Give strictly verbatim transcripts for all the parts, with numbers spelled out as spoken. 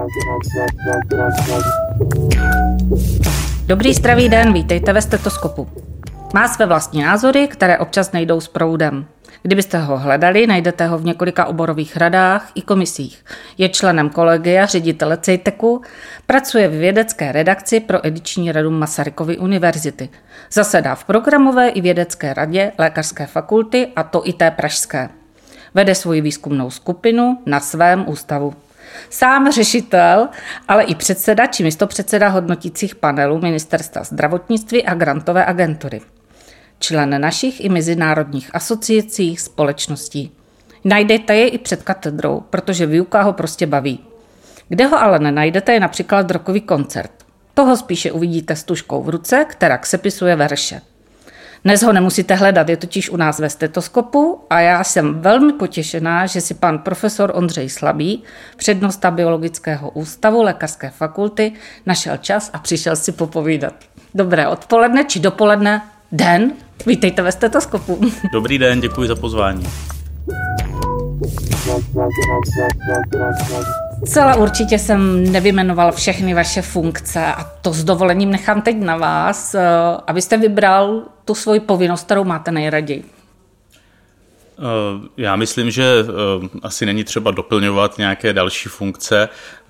Dobrý zdravý den, vítejte ve Stetoskopu. Má své vlastní názory, které občas nejdou s proudem. Kdybyste ho hledali, najdete ho v několika oborových radách i komisích. Je členem kolegia ředitele CEJTECu, pracuje v vědecké redakci pro ediční radu Masarykovy univerzity. Zasedá v programové i vědecké radě Lékařské fakulty, a to i té pražské. Vede svoji výzkumnou skupinu na svém ústavu. Sám řešitel, ale i předseda či místopředseda hodnotících panelů Ministerstva zdravotnictví a grantové agentury. Člen našich i mezinárodních asociací, společností. Najdete je i před katedrou, protože výuka ho prostě baví. Kde ho ale nenajdete, je například rockový koncert. Toho spíše uvidíte s tužkou v ruce, která sepisuje verše. Dnes ho nemusíte hledat, je totiž u nás ve Stetoskopu a já jsem velmi potěšená, že si pan profesor Ondřej Slabý, přednosta Biologického ústavu Lékařské fakulty, našel čas a přišel si popovídat. Dobré odpoledne či dopoledne, den, vítejte ve Stetoskopu. Dobrý den, děkuji za pozvání. Zcela určitě jsem nevyjmenoval všechny vaše funkce a to s dovolením nechám teď na vás, abyste vybral tu svoji povinnost, kterou máte nejraději. Já myslím, že asi není třeba doplňovat nějaké další funkce.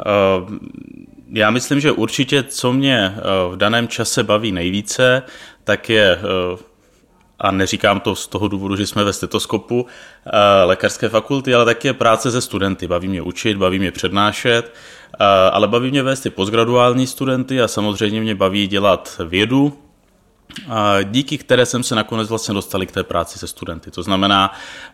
Já myslím, že určitě, co mě v daném čase baví nejvíce, tak je, a neříkám to z toho důvodu, že jsme ve Stetoskopu Lékařské fakulty, ale taky je práce se studenty. Baví mě učit, baví mě přednášet, ale baví mě vést i postgraduální studenty a samozřejmě mě baví dělat vědu, díky které jsem se nakonec vlastně dostali k té práci se studenty. To znamená,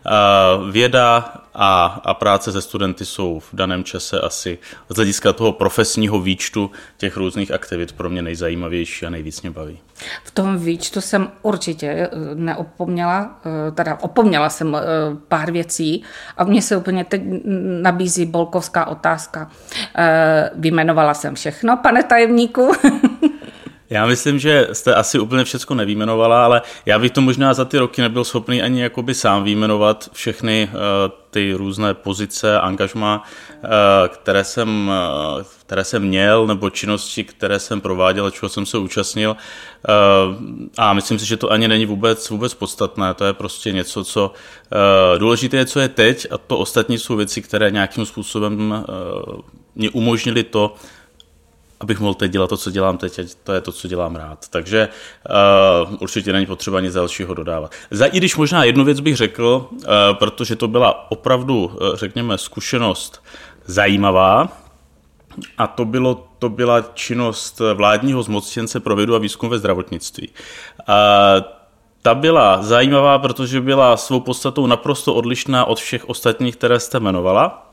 věda a, a práce se studenty jsou v daném čase asi z hlediska toho profesního výčtu těch různých aktivit pro mě nejzajímavější a nejvíc mě baví. V tom výčtu jsem určitě neopomněla, teda opomněla jsem pár věcí a mně se úplně teď nabízí bolkovská otázka. Vyjmenovala jsem všechno, pane tajemníku? Já myslím, že jste asi úplně všechno nevyjmenovala, ale já bych to možná za ty roky nebyl schopný ani jakoby sám vyjmenovat všechny uh, ty různé pozice, angažma, uh, které jsem, uh, které jsem měl, nebo činnosti, které jsem prováděl, čeho jsem se účastnil. Uh, a myslím si, že to ani není vůbec, vůbec podstatné. To je prostě něco, co uh, důležité je, co je teď, a to ostatní jsou věci, které nějakým způsobem uh, mě umožnili to, abych mohl teď dělat to, co dělám teď, a to je to, co dělám rád. Takže uh, určitě není potřeba nic dalšího dodávat. Za i když možná jednu věc bych řekl, uh, protože to byla opravdu, uh, řekněme, zkušenost zajímavá, a to, bylo, to byla činnost vládního zmocněnce pro vědu a výzkum ve zdravotnictví. Uh, ta byla zajímavá, protože byla svou podstatou naprosto odlišná od všech ostatních, které jste jmenovala.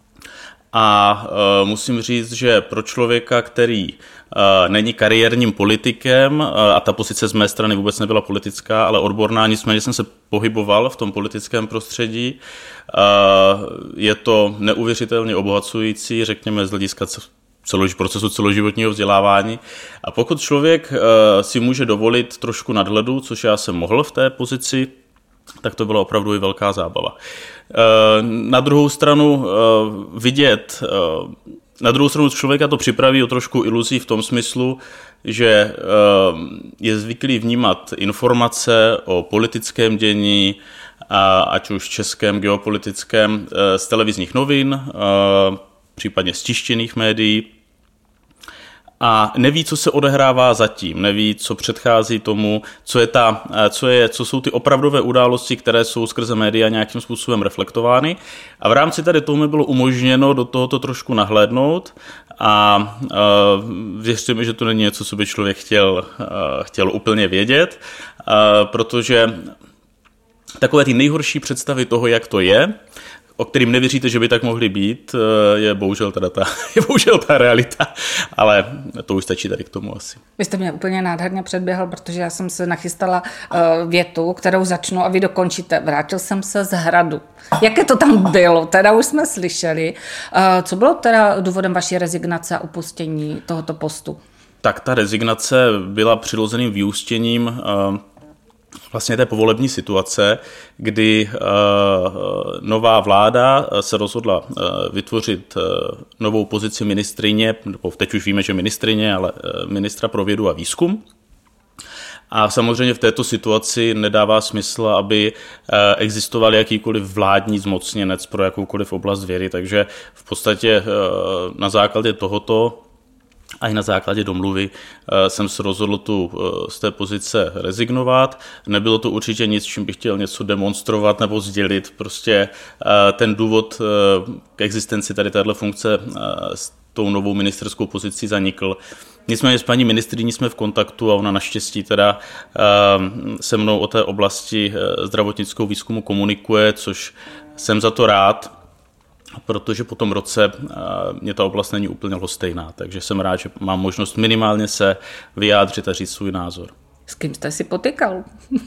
A uh, musím říct, že pro člověka, který uh, není kariérním politikem, uh, a ta pozice z mé strany vůbec nebyla politická, ale odborná, nicméně jsem se pohyboval v tom politickém prostředí, uh, je to neuvěřitelně obohacující, řekněme, z hlediska celož, procesu celoživotního vzdělávání. A pokud člověk uh, si může dovolit trošku nadhledu, což já jsem mohl v té pozici, tak to byla opravdu i velká zábava. Na druhou stranu vidět, na druhou stranu člověka to připraví o trošku iluzí v tom smyslu, že je zvyklý vnímat informace o politickém dění, ať už českém, geopolitickém, z televizních novin, případně z tištěných médií, a neví, co se odehrává zatím, neví, co předchází tomu, co, je ta, co, je, co jsou ty opravdové události, které jsou skrze média nějakým způsobem reflektovány. A v rámci tady toho mi bylo umožněno do tohoto trošku nahlédnout a uh, věřte mi, že to není něco, co by člověk chtěl, uh, chtěl úplně vědět, uh, protože takové ty nejhorší představy toho, jak to je, o kterým nevěříte, že by tak mohly být, je bohužel, teda ta, je bohužel ta realita, ale to už stačí tady k tomu asi. Vy jste mě úplně nádherně předběhl, protože já jsem se nachystala uh, větu, kterou začnu a vy dokončíte. Vrátil jsem se z Hradu. Jaké to tam bylo? Teda už jsme slyšeli. Uh, co bylo teda důvodem vaší rezignace a upuštění tohoto postu? Tak ta rezignace byla přirozeným vyústěním uh, vlastně té povolební situace, kdy uh, nová vláda se rozhodla uh, vytvořit uh, novou pozici ministryně, nebo teď už víme, že ministryně, ale uh, ministra pro vědu a výzkum. A samozřejmě v této situaci nedává smysl, aby existoval jakýkoliv vládní zmocněnec pro jakoukoliv oblast vědy, takže v podstatě na základě tohoto a i na základě domluvy jsem se rozhodl tu z té pozice rezignovat. Nebylo to určitě nic, čím bych chtěl něco demonstrovat nebo sdělit. Prostě ten důvod k existenci tady téhle funkce s tou novou ministerskou pozicí zanikl. Nicméně s paní ministryní jsme v kontaktu a ona naštěstí teda se mnou o té oblasti zdravotnického výzkumu komunikuje, což jsem za to rád, protože po tom roce mě ta oblast není úplně lhostejná, takže jsem rád, že mám možnost minimálně se vyjádřit a říct svůj názor. S kým jste si potykal?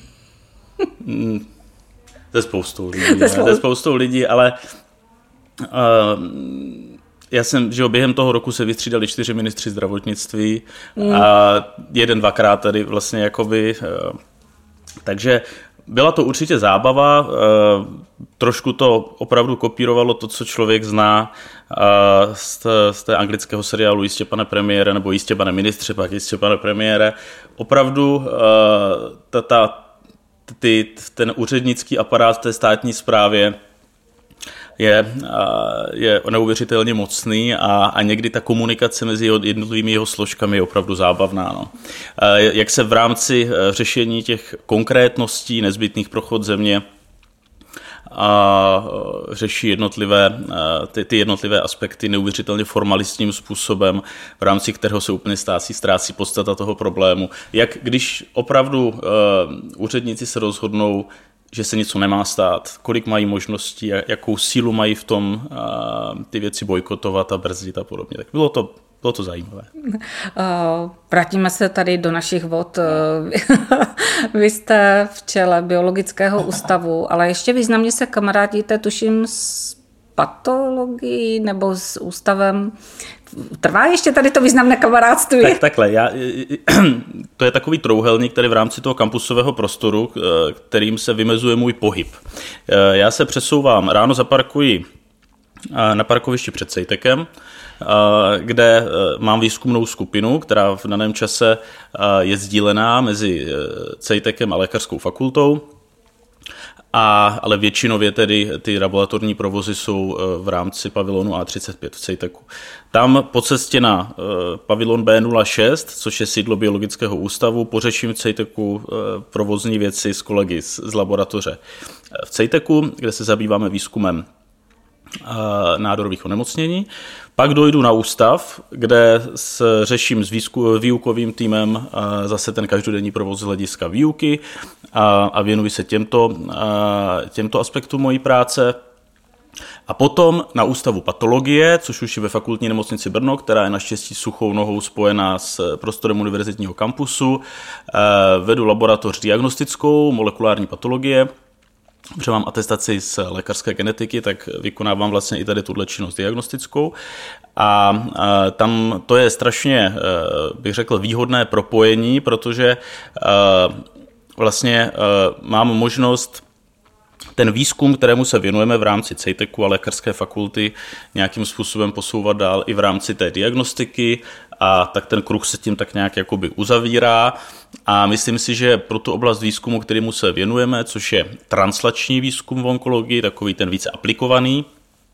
Se spoustou lidí, se spoustou lidí, ale uh, já jsem, že během toho roku se vystřídali čtyři ministři zdravotnictví mm. a jeden, dvakrát tady vlastně jakoby, uh, takže byla to určitě zábava, trošku to opravdu kopírovalo to, co člověk zná z té anglického seriálu Jistě, pane premiére, nebo Jistě, pane ministře, pak Jistě, pane premiére. Opravdu ta, ta, ty, ten úřednický aparát v té státní správě je, je neuvěřitelně mocný a, a někdy ta komunikace mezi jednotlivými jeho složkami je opravdu zábavná. No. Jak se v rámci řešení těch konkrétností nezbytných pro chod země a řeší jednotlivé, ty, ty jednotlivé aspekty neuvěřitelně formalistním způsobem, v rámci kterého se úplně ztrácí, ztrácí podstata toho problému. Jak když opravdu uh, úředníci se rozhodnou, že se něco nemá stát, kolik mají možností, jakou sílu mají v tom uh, ty věci bojkotovat a brzdit a podobně. Tak bylo to, bylo to zajímavé. Uh, vrátíme se tady do našich vod. Vy jste v čele Biologického ústavu, ale ještě významně se kamarádíte, tuším, s patologií nebo s ústavem. Trvá ještě tady to významné kamarádství? Tak takhle, já, to je takový trouhelník tady v rámci toho kampusového prostoru, kterým se vymezuje můj pohyb. Já se přesouvám, ráno zaparkuji na parkovišti před Cejtekem, kde mám výzkumnou skupinu, která v daném čase je sdílená mezi Cejtekem a lékařskou fakultou. A, ale většinově tedy ty laboratorní provozy jsou v rámci pavilonu A třicet pět v Cejteku. Tam po cestě na uh, pavilon B nula šest, což je sídlo Biologického ústavu, pořeším v Cejteku uh, provozní věci s kolegy z, z laboratoře v Cejteku, kde se zabýváme výzkumem uh, nádorových onemocnění. Pak dojdu na ústav, kde s, řeším s výzku, výukovým týmem uh, zase ten každodenní provoz z hlediska výuky a, a věnuji se těmto, uh, těmto aspektům mojí práce. A potom na ústavu patologie, což už je ve fakultní nemocnici Brno, která je naštěstí suchou nohou spojená s prostorem univerzitního kampusu, uh, vedu laboratoř diagnostickou, molekulární patologie, protože mám atestaci z lékařské genetiky, tak vykonávám vlastně i tady tuhle činnost diagnostickou. A tam to je strašně, bych řekl, výhodné propojení, protože vlastně mám možnost ten výzkum, kterému se věnujeme v rámci Cejteku a lékařské fakulty, nějakým způsobem posouvat dál i v rámci té diagnostiky a tak ten kruh se tím tak nějak jakoby uzavírá a myslím si, že pro tu oblast výzkumu, kterému se věnujeme, což je translační výzkum v onkologii, takový ten více aplikovaný,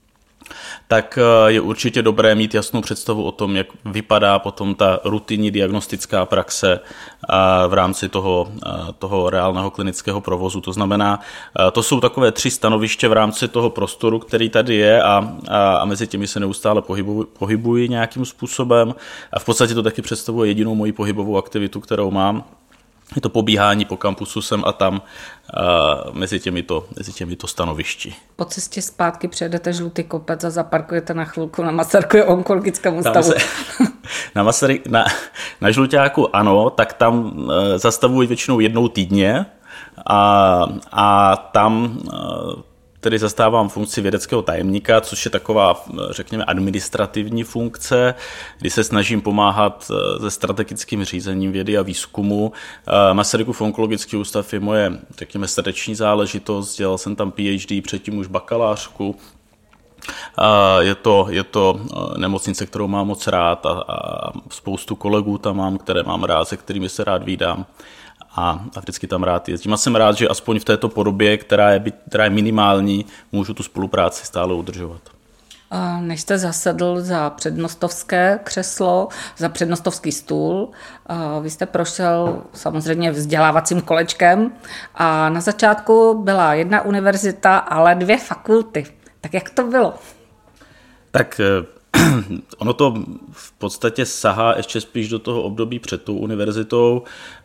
tak je určitě dobré mít jasnou představu o tom, jak vypadá potom ta rutinní diagnostická praxe v rámci toho, toho reálného klinického provozu. To znamená, to jsou takové tři stanoviště v rámci toho prostoru, který tady je a, a, a mezi těmi se neustále pohybuji, pohybuji nějakým způsobem a v podstatě to taky představuje jedinou moji pohybovou aktivitu, kterou mám. Je to pobíhání po kampusu sem a tam uh, mezi, těmito, mezi těmito stanovišti. Po cestě zpátky přejedete Žlutý kopec a zaparkujete na chvilku na Masarykově onkologickém ústavu. Se, na, Masaryk, na, na Žluťáku ano, tak tam uh, zastavuji většinou jednou týdně a, a tam uh, tedy zastávám funkci vědeckého tajemníka, což je taková, řekněme, administrativní funkce, kdy se snažím pomáhat se strategickým řízením vědy a výzkumu. Masarykův onkologický ústav je moje, řekněme, srdeční záležitost, dělal jsem tam PhD, předtím už bakalářku. Je to, je to nemocnice, kterou mám moc rád a, a spoustu kolegů tam mám, které mám rád, se kterými se rád vídám. A, a vždycky tam rád jezdím. A jsem rád, že aspoň v této podobě, která je, která je minimální, můžu tu spolupráci stále udržovat. Než jste zasedl za přednostovské křeslo, za přednostovský stůl, vy jste prošel samozřejmě vzdělávacím kolečkem a na začátku byla jedna univerzita, ale dvě fakulty. Tak jak to bylo? Tak ono to v podstatě sahá ještě spíš do toho období před tou univerzitou.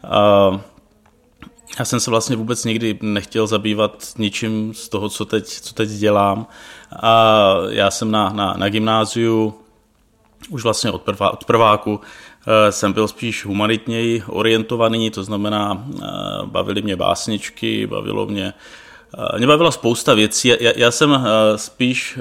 Já jsem se vlastně vůbec nikdy nechtěl zabývat ničím z toho, co teď, co teď dělám. A já jsem na, na, na gymnáziu už vlastně od, prvá, od prváku jsem byl spíš humanitněji orientovaný, to znamená, bavily mě básničky, bavilo mě, mě bavila spousta věcí. Já, já jsem spíš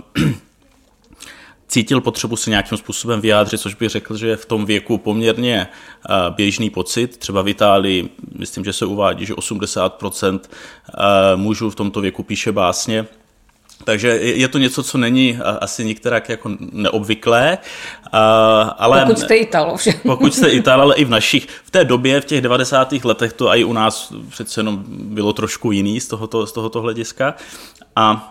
cítil potřebu se nějakým způsobem vyjádřit, což bych řekl, že je v tom věku poměrně běžný pocit. Třeba v Itálii, myslím, že se uvádí, že osmdesát procent mužů v tomto věku píše básně. Takže je to něco, co není asi nikterak jako neobvyklé. Ale pokud jste Ital, pokud jste Ital, ale i v našich, v té době, v těch devadesátých letech, to i u nás přece jenom bylo trošku jiný z tohoto, z tohoto hlediska. A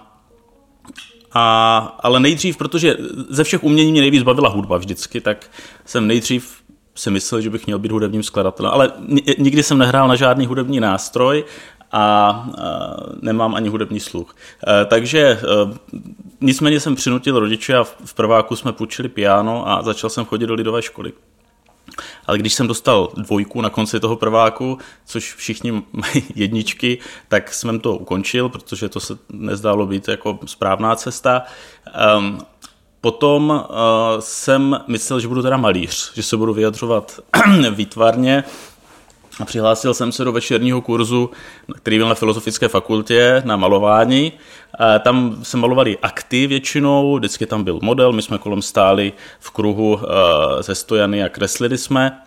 A, ale nejdřív, protože ze všech umění mě nejvíc bavila hudba vždycky, tak jsem nejdřív si myslel, že bych měl být hudebním skladatelem, ale nikdy jsem nehrál na žádný hudební nástroj a, a nemám ani hudební sluch. E, takže e, nicméně jsem přinutil rodiče a v prváku jsme půjčili piano a začal jsem chodit do lidové školy. Ale když jsem dostal dvojku na konci toho prváku, což všichni mají jedničky, tak jsem to ukončil, protože to se nezdálo být jako správná cesta. Um, potom uh, jsem myslel, že budu teda malíř, že se budu vyjadřovat výtvarně. A přihlásil jsem se do večerního kurzu, který byl na Filozofické fakultě, na malování. Tam se malovali akty většinou, vždycky tam byl model, my jsme kolem stáli v kruhu ze stojany a kreslili jsme.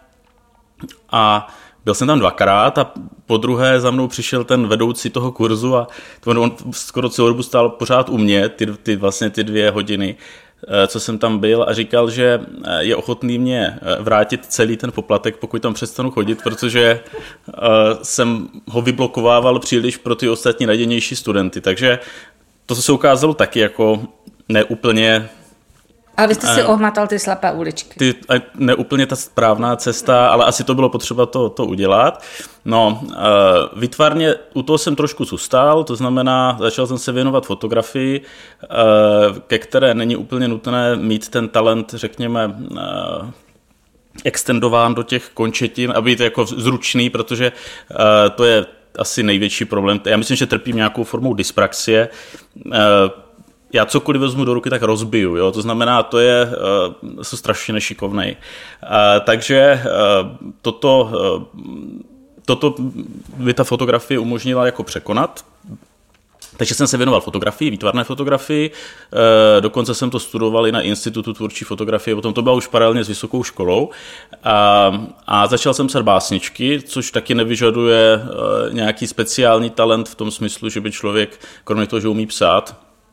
A byl jsem tam dvakrát a po druhé za mnou přišel ten vedoucí toho kurzu a on skoro celou dobu stál pořád u mě, ty, ty, vlastně ty dvě hodiny, co jsem tam byl, a říkal, že je ochotný mě vrátit celý ten poplatek, pokud tam přestanu chodit, protože jsem ho vyblokovával příliš pro ty ostatní nadějnější studenty. Takže to se ukázalo taky jako neúplně... A vy jste si ohmatal ty slepé uličky. Ty, neúplně ta správná cesta, ale asi to bylo potřeba to, to udělat. No, výtvarně u toho jsem trošku zůstal, to znamená, začal jsem se věnovat fotografii, ke které není úplně nutné mít ten talent, řekněme, extendován do těch končetin a být jako zručný, protože to je asi největší problém. Já myslím, že trpím nějakou formou dyspraxie. Já cokoliv vezmu do ruky, tak rozbiju, jo? To znamená, to je uh, jsou strašně nešikovnej. Uh, takže uh, toto, uh, toto by ta fotografie umožnila jako překonat. Takže jsem se věnoval fotografii, výtvarné fotografii, uh, dokonce jsem to studoval i na Institutu tvůrčí fotografie, potom to bylo už paralelně s vysokou školou. A, a začal jsem psát básničky, což taky nevyžaduje uh, nějaký speciální talent v tom smyslu, že by člověk, kromě toho, že umí psát,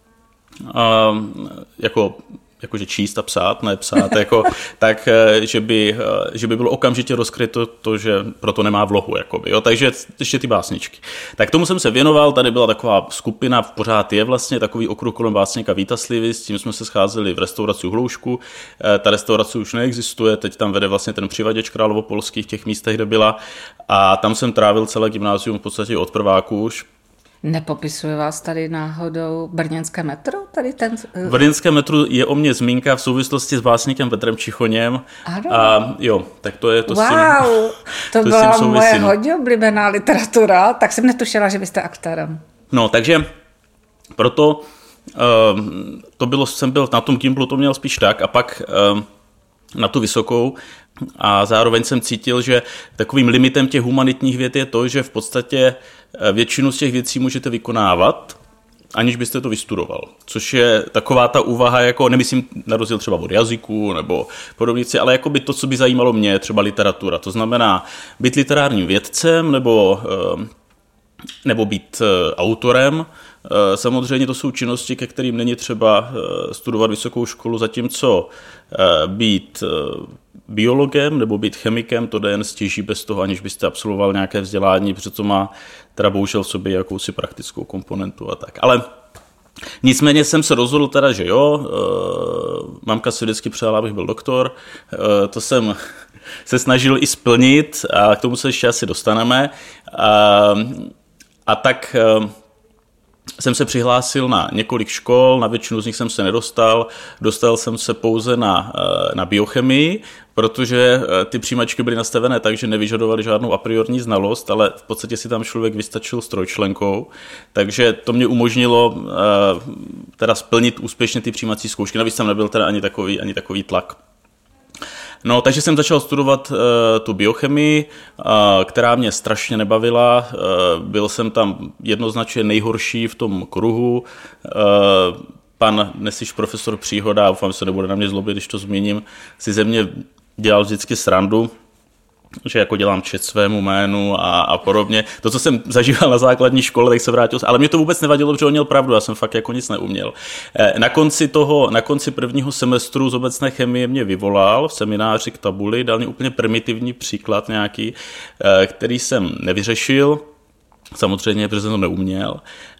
Uh, jako, jakože číst a psát, ne psát, jako, tak, že by, že by bylo okamžitě rozkryto to, že proto nemá vlohu. Jakoby, jo? Takže ještě ty básničky. Tak tomu jsem se věnoval, tady byla taková skupina, pořád je vlastně takový okruh kolem básníka Víta Slivy, s tím jsme se scházeli v restauraci Hloušku. Ta restaurace už neexistuje, teď tam vede vlastně ten přivaděč Královopolský v těch místech, kde byla, a tam jsem trávil celé gymnázium v podstatě od prváku už. Nepopisuje vás tady náhodou brněnské metro? Tady ten... V brněnské metru je o mě zmínka v souvislosti s básníkem Petrem Čichoněm. Ano. A jo, tak to je to wow, s tím. to, to byla moje hodně oblíbená literatura, tak jsem netušila, že vy jste aktérem. No, takže proto uh, to bylo, jsem byl na tom Gimplu, to měl spíš tak, a pak uh, na tu vysokou. A zároveň jsem cítil, že takovým limitem těch humanitních věd je to, že v podstatě většinu z těch věcí můžete vykonávat, aniž byste to vystudoval. Což je taková ta úvaha, jako nemyslím na rozdíl třeba od jazyku nebo podobnici, ale jako by to, co by zajímalo mě, třeba literatura. To znamená být literárním vědcem nebo, nebo být autorem. Samozřejmě to jsou činnosti, ke kterým není třeba studovat vysokou školu, zatímco být biologem nebo být chemikem, to jde jen stěží bez toho, aniž byste absolvoval nějaké vzdělání, protože to má teda bohužel v sobě jakousi praktickou komponentu a tak. Ale nicméně jsem se rozhodl teda, že jo, mamka si vždycky přála, abych byl doktor, to jsem se snažil i splnit a k tomu se ještě asi dostaneme. A, a tak jsem se přihlásil na několik škol, na většinu z nich jsem se nedostal, dostal jsem se pouze na, na biochemii, protože ty přijímačky byly nastavené tak, že nevyžadovaly žádnou a priorní znalost, ale v podstatě si tam člověk vystačil s trojčlenkou, takže to mě umožnilo teda splnit úspěšně ty přijímací zkoušky, navíc tam nebyl teda ani takový, ani takový tlak. No, takže jsem začal studovat uh, tu biochemii, uh, která mě strašně nebavila. Uh, byl jsem tam jednoznačně nejhorší v tom kruhu. Uh, pan dnes již profesor Příhoda, doufám, že se nebude na mě zlobit, když to zmíním, si ze mě dělal vždycky srandu, že jako dělám čest svému jménu a, a podobně. To, co jsem zažíval na základní škole, tak se vrátil. Ale mě to vůbec nevadilo, protože on měl pravdu, já jsem fakt jako nic neuměl. Na konci toho, na konci prvního semestru z obecné chemie mě vyvolal v semináři k tabuli, dal mi úplně primitivní příklad nějaký, který jsem nevyřešil, samozřejmě, protože jsem to neuměl.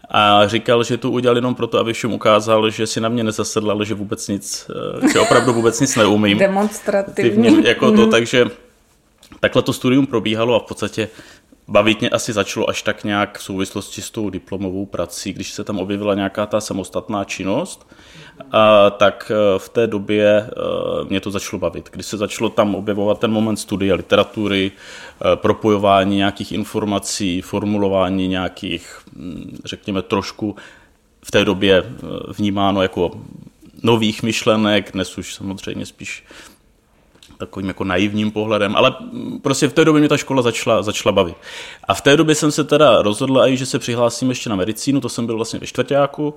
A říkal, že to udělal jenom proto, aby všem ukázal, že si na mě nezasedl, ale že vůbec nic, že opravdu vůbec nic neumím. Demonstrativní. Jako to, takže takhle to studium probíhalo a v podstatě bavit mě asi začalo až tak nějak v souvislosti s tou diplomovou prací, když se tam objevila nějaká ta samostatná činnost, a tak v té době mě to začalo bavit. Když se začalo tam objevovat ten moment studia literatury, propojování nějakých informací, formulování nějakých, řekněme, trošku v té době vnímáno jako nových myšlenek, dnes už samozřejmě spíš takovým jako naivním pohledem, ale prostě v té době mě ta škola začala, začala bavit. A v té době jsem se teda rozhodl i, že se přihlásím ještě na medicínu, to jsem byl vlastně ve čtvrťáku,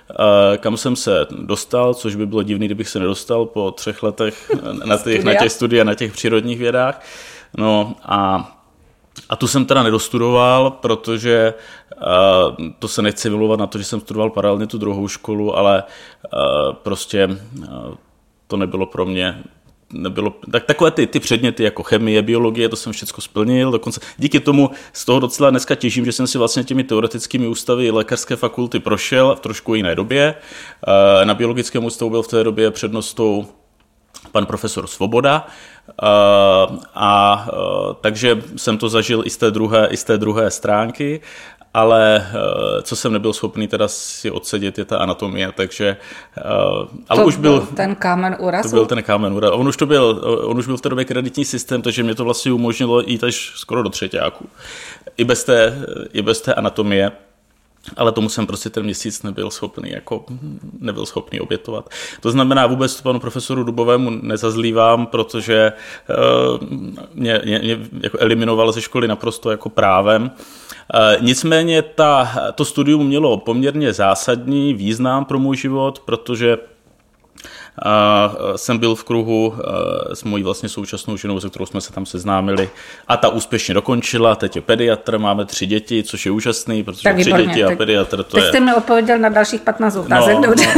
kam jsem se dostal, což by bylo divný, kdybych se nedostal po třech letech na těch, na těch studiích, na těch přírodních vědách. No a A tu jsem teda nedostudoval, protože uh, to se nechci vymlouvat na to, že jsem studoval paralelně tu druhou školu, ale uh, prostě uh, to nebylo pro mě. Nebylo, tak takové ty, ty předměty jako chemie, biologie, to jsem všechno splnil, dokonce díky tomu z toho docela dneska těžím, že jsem si vlastně těmi teoretickými ústavy lékařské fakulty prošel v trošku jiné době. Uh, na biologickém ústavu byl v té době přednostou pan profesor Svoboda, uh, a uh, takže jsem to zažil i z té druhé, i z té druhé stránky, ale uh, co jsem nebyl schopný teda si odsedět, je ta anatomie, takže uh, ale to už byl, byl ten kámen úrazu. To byl ten kámen úrazu. On už to byl, on už byl v té době kreditní systém, takže mě to vlastně umožnilo jít až skoro do třetíku. I bez té, i bez té anatomie. Ale tomu jsem prostě ten měsíc nebyl schopný, jako nebyl schopný obětovat. To znamená, vůbec to panu profesoru Dubovému nezazlívám, protože uh, mě, mě, mě jako eliminoval ze školy naprosto jako právem. Uh, nicméně ta, to studium mělo poměrně zásadní význam pro můj život, protože a jsem byl v kruhu s mojí vlastně současnou ženou, se kterou jsme se tam seznámili, a ta úspěšně dokončila, teď je pediatr, máme tři děti, což je úžasný, protože tak tři výborně, děti a pediatr to teď je... Teď jste mi odpověděl na dalších patnáct otázek. No, no.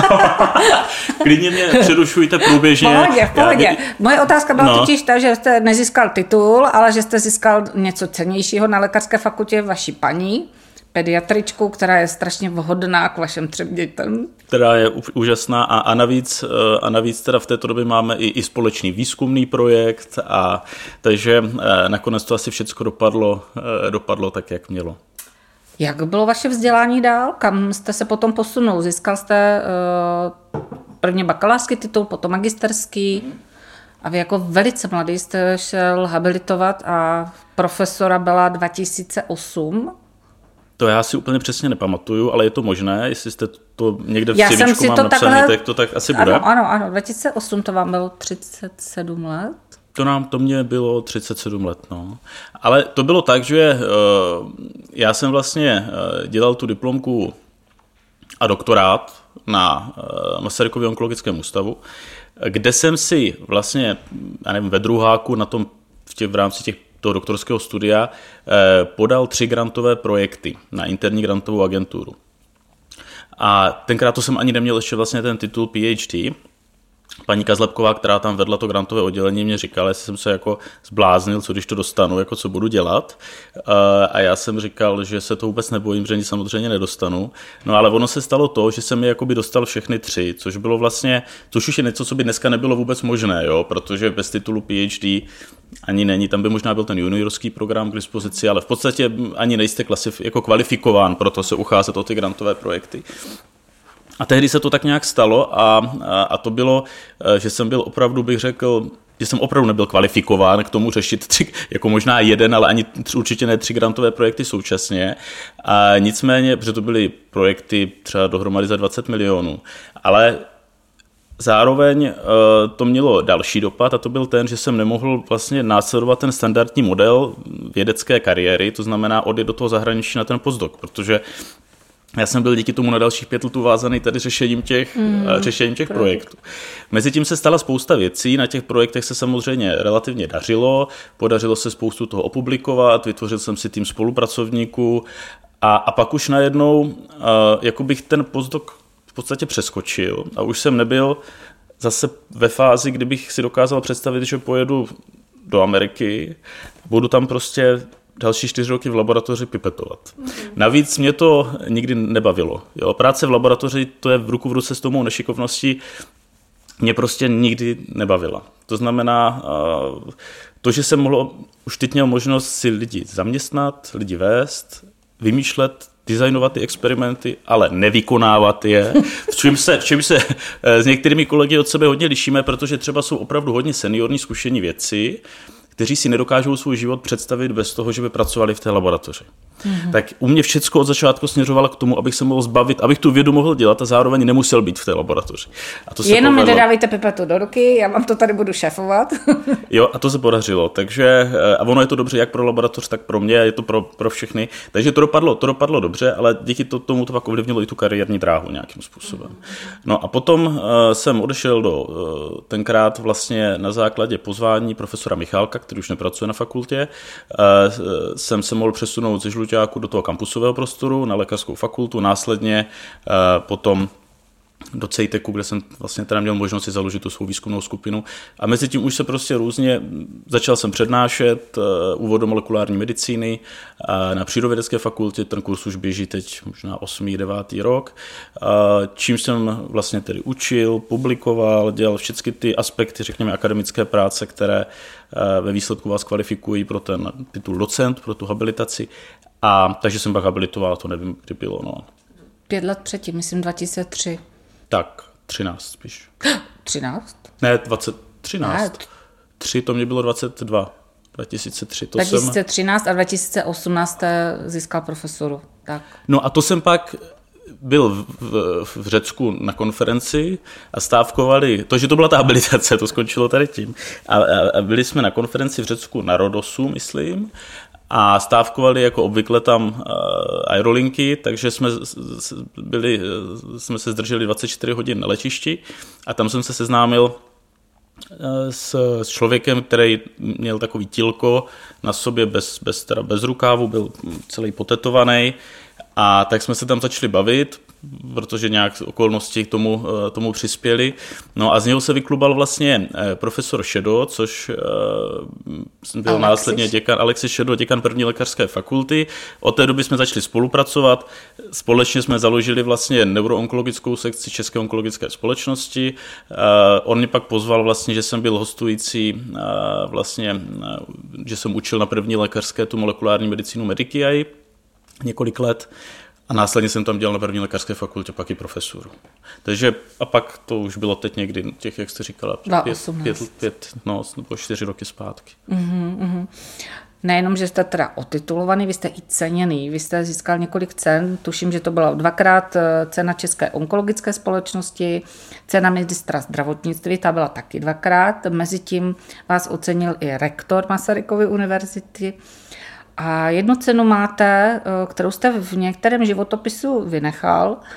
Klidně mě přerušujte průběžně. V pohodě, v pohodě. Já... Moje otázka byla no. totiž ta, že jste nezískal titul, ale že jste získal něco cennějšího na lékařské fakultě, vaší paní, pediatričku, která je strašně vhodná k vašem třem dětem. Která je úžasná a, a, navíc, a navíc teda v této době máme i, i společný výzkumný projekt, a takže nakonec to asi všechno dopadlo, dopadlo tak, jak mělo. Jak bylo vaše vzdělání dál? Kam jste se potom posunul? Získal jste uh, prvně bakalářský titul, potom magisterský a vy jako velice mladý jste šel habilitovat a profesora byla dva tisíce osm. To já si úplně přesně nepamatuju, ale je to možné, jestli jste to někde v já cévíčku mám napsaný, takhle... tak to tak asi bude. Ano, ano, ano, dva tisíce osm to vám bylo třicet sedm let. To nám, to mě bylo třicet sedm let, no. Ale to bylo tak, že uh, já jsem vlastně uh, dělal tu diplomku a doktorát na Masarykově onkologickém ústavu, kde jsem si vlastně, já nevím, ve druháku na tom, v, tě, v rámci těch, toho doktorského studia eh, podal tři grantové projekty na interní grantovou agenturu. A tenkrát to jsem ani neměl ještě vlastně ten titul PhD. Paní Kazlepková, která tam vedla to grantové oddělení, mě říkala, jestli jsem se jako zbláznil, co když to dostanu, jako co budu dělat. A já jsem říkal, že se to vůbec nebojím, že nic samozřejmě nedostanu. No ale ono se stalo to, že jsem mi jakoby dostal všechny tři, což bylo vlastně, což už je něco, co by dneska nebylo vůbec možné, jo, protože bez titulu PhD ani není, tam by možná byl ten juniorský program k dispozici, ale v podstatě ani nejste klasif- jako kvalifikován pro to se ucházet o ty grantové projekty. A tehdy se to tak nějak stalo a, a, a to bylo, že jsem byl opravdu, bych řekl, že jsem opravdu nebyl kvalifikován k tomu řešit tři, jako možná jeden, ale ani tři, určitě ne tři grantové projekty současně. A nicméně, protože to byly projekty třeba dohromady za dvacet milionů, ale zároveň to mělo další dopad a to byl ten, že jsem nemohl vlastně následovat ten standardní model vědecké kariéry, to znamená odjet do toho zahraničí na ten postdoc, protože já jsem byl díky tomu na dalších pět let uvázaný tady řešením těch, mm, řešením těch projektů. Mezitím se stala spousta věcí, na těch projektech se samozřejmě relativně dařilo, podařilo se spoustu toho opublikovat, vytvořil jsem si tým spolupracovníků a, a pak už najednou uh, jako bych ten postdoc v podstatě přeskočil a už jsem nebyl zase ve fázi, kdybych si dokázal představit, že pojedu do Ameriky, budu tam prostě další čtyři roky v laboratoři pipetovat. Mm. Navíc mě to nikdy nebavilo. Jo? Práce v laboratoři, to je v ruku v ruce s tou mou nešikovností, mě prostě nikdy nebavila. To znamená, to, že jsem mohl, už teď měl možnost si lidi zaměstnat, lidi vést, vymýšlet, designovat ty experimenty, ale nevykonávat je, v čem se, v čem se s některými kolegy od sebe hodně lišíme, protože třeba jsou opravdu hodně seniorní zkušení vědci, kteří si nedokážou svůj život představit bez toho, že by pracovali v té laboratoři. Mm-hmm. Tak u mě všecko od začátku směřovalo k tomu, abych se mohl zbavit, abych tu vědu mohl dělat a zároveň nemusel být v té laboratoři. A to se Jenom povedlo. mi nedávejte pipetu do ruky, já vám to tady budu šéfovat. Jo, a to se podařilo. Takže, a ono je to dobře jak pro laboratoř, tak pro mě, je to pro, pro všechny. Takže to dopadlo, to dopadlo dobře, ale díky to, tomu to pak ovlivnilo i tu kariérní dráhu nějakým způsobem. No a potom uh, jsem odešel do, uh, tenkrát vlastně na základě pozvání profesora Michálka, který už nepracuje na fakultě, uh, jsem se mohl přesunout ze Žluťáku do toho kampusového prostoru na lékařskou fakultu, následně uh, potom do CEJTECu, kde jsem vlastně teda měl možnost si založit tu svou výzkumnou skupinu. A mezi tím už se prostě různě, začal jsem přednášet uh, úvod do molekulární medicíny uh, na Přírodovědecké fakultě, ten kurz už běží teď možná osmý, devátý rok, uh, čím jsem vlastně tedy učil, publikoval, dělal všechny ty aspekty, řekněme, akademické práce, které uh, ve výsledku vás kvalifikují pro ten titul docent, pro tu habilitaci. A takže jsem pak habilitoval, to nevím, kdy bylo, no. Pět let předtím, myslím dva tisíce tři. Tak, třináct spíš. třináct? Ne, dvacet třináct. tři to mě bylo dvacet dva. dva tisíce tři. To dva tisíce třináct jsem... a dva tisíce osmnáct získal profesoru. Tak. No a to jsem pak byl v, v, v Řecku na konferenci a stávkovali, to, že to byla ta habilitace, to skončilo tady tím. A, a, a byli jsme na konferenci v Řecku na Rodosu, myslím, a stávkovali jako obvykle tam uh, aerolinky, takže jsme, byli, jsme se zdrželi dvacet čtyři hodin na letišti a tam jsem se seznámil uh, s, s člověkem, který měl takový tílko na sobě bez, bez, teda bez rukávu, byl celý potetovaný a tak jsme se tam začali bavit, protože nějak okolnosti k tomu, tomu přispěli. No a z něho se vyklubal vlastně profesor Šedo, což byl Alexis. následně děkan, Alexis Šedo, děkan první lékařské fakulty. Od té doby jsme začali spolupracovat. Společně jsme založili vlastně neuroonkologickou sekci České onkologické společnosti. On mě pak pozval vlastně, že jsem byl hostující vlastně, že jsem učil na první lékařské tu molekulární medicínu Medikiai několik let. A následně jsem tam dělal na první lékařské fakultě, pak i profesuru. Takže a pak to už bylo teď někdy těch, jak jste říkala, pět, pět, pět, no, nebo čtyři roky zpátky. Mm-hmm, mm-hmm. Nejenom, že jste teda otitulovaný, vy jste i ceněný, vy jste získal několik cen, tuším, že to byla dvakrát cena České onkologické společnosti, cena ministra zdravotnictví, ta byla taky dvakrát, mezitím vás ocenil i rektor Masarykovy univerzity. A jednu cenu máte, kterou jste v některém životopisu vynechal,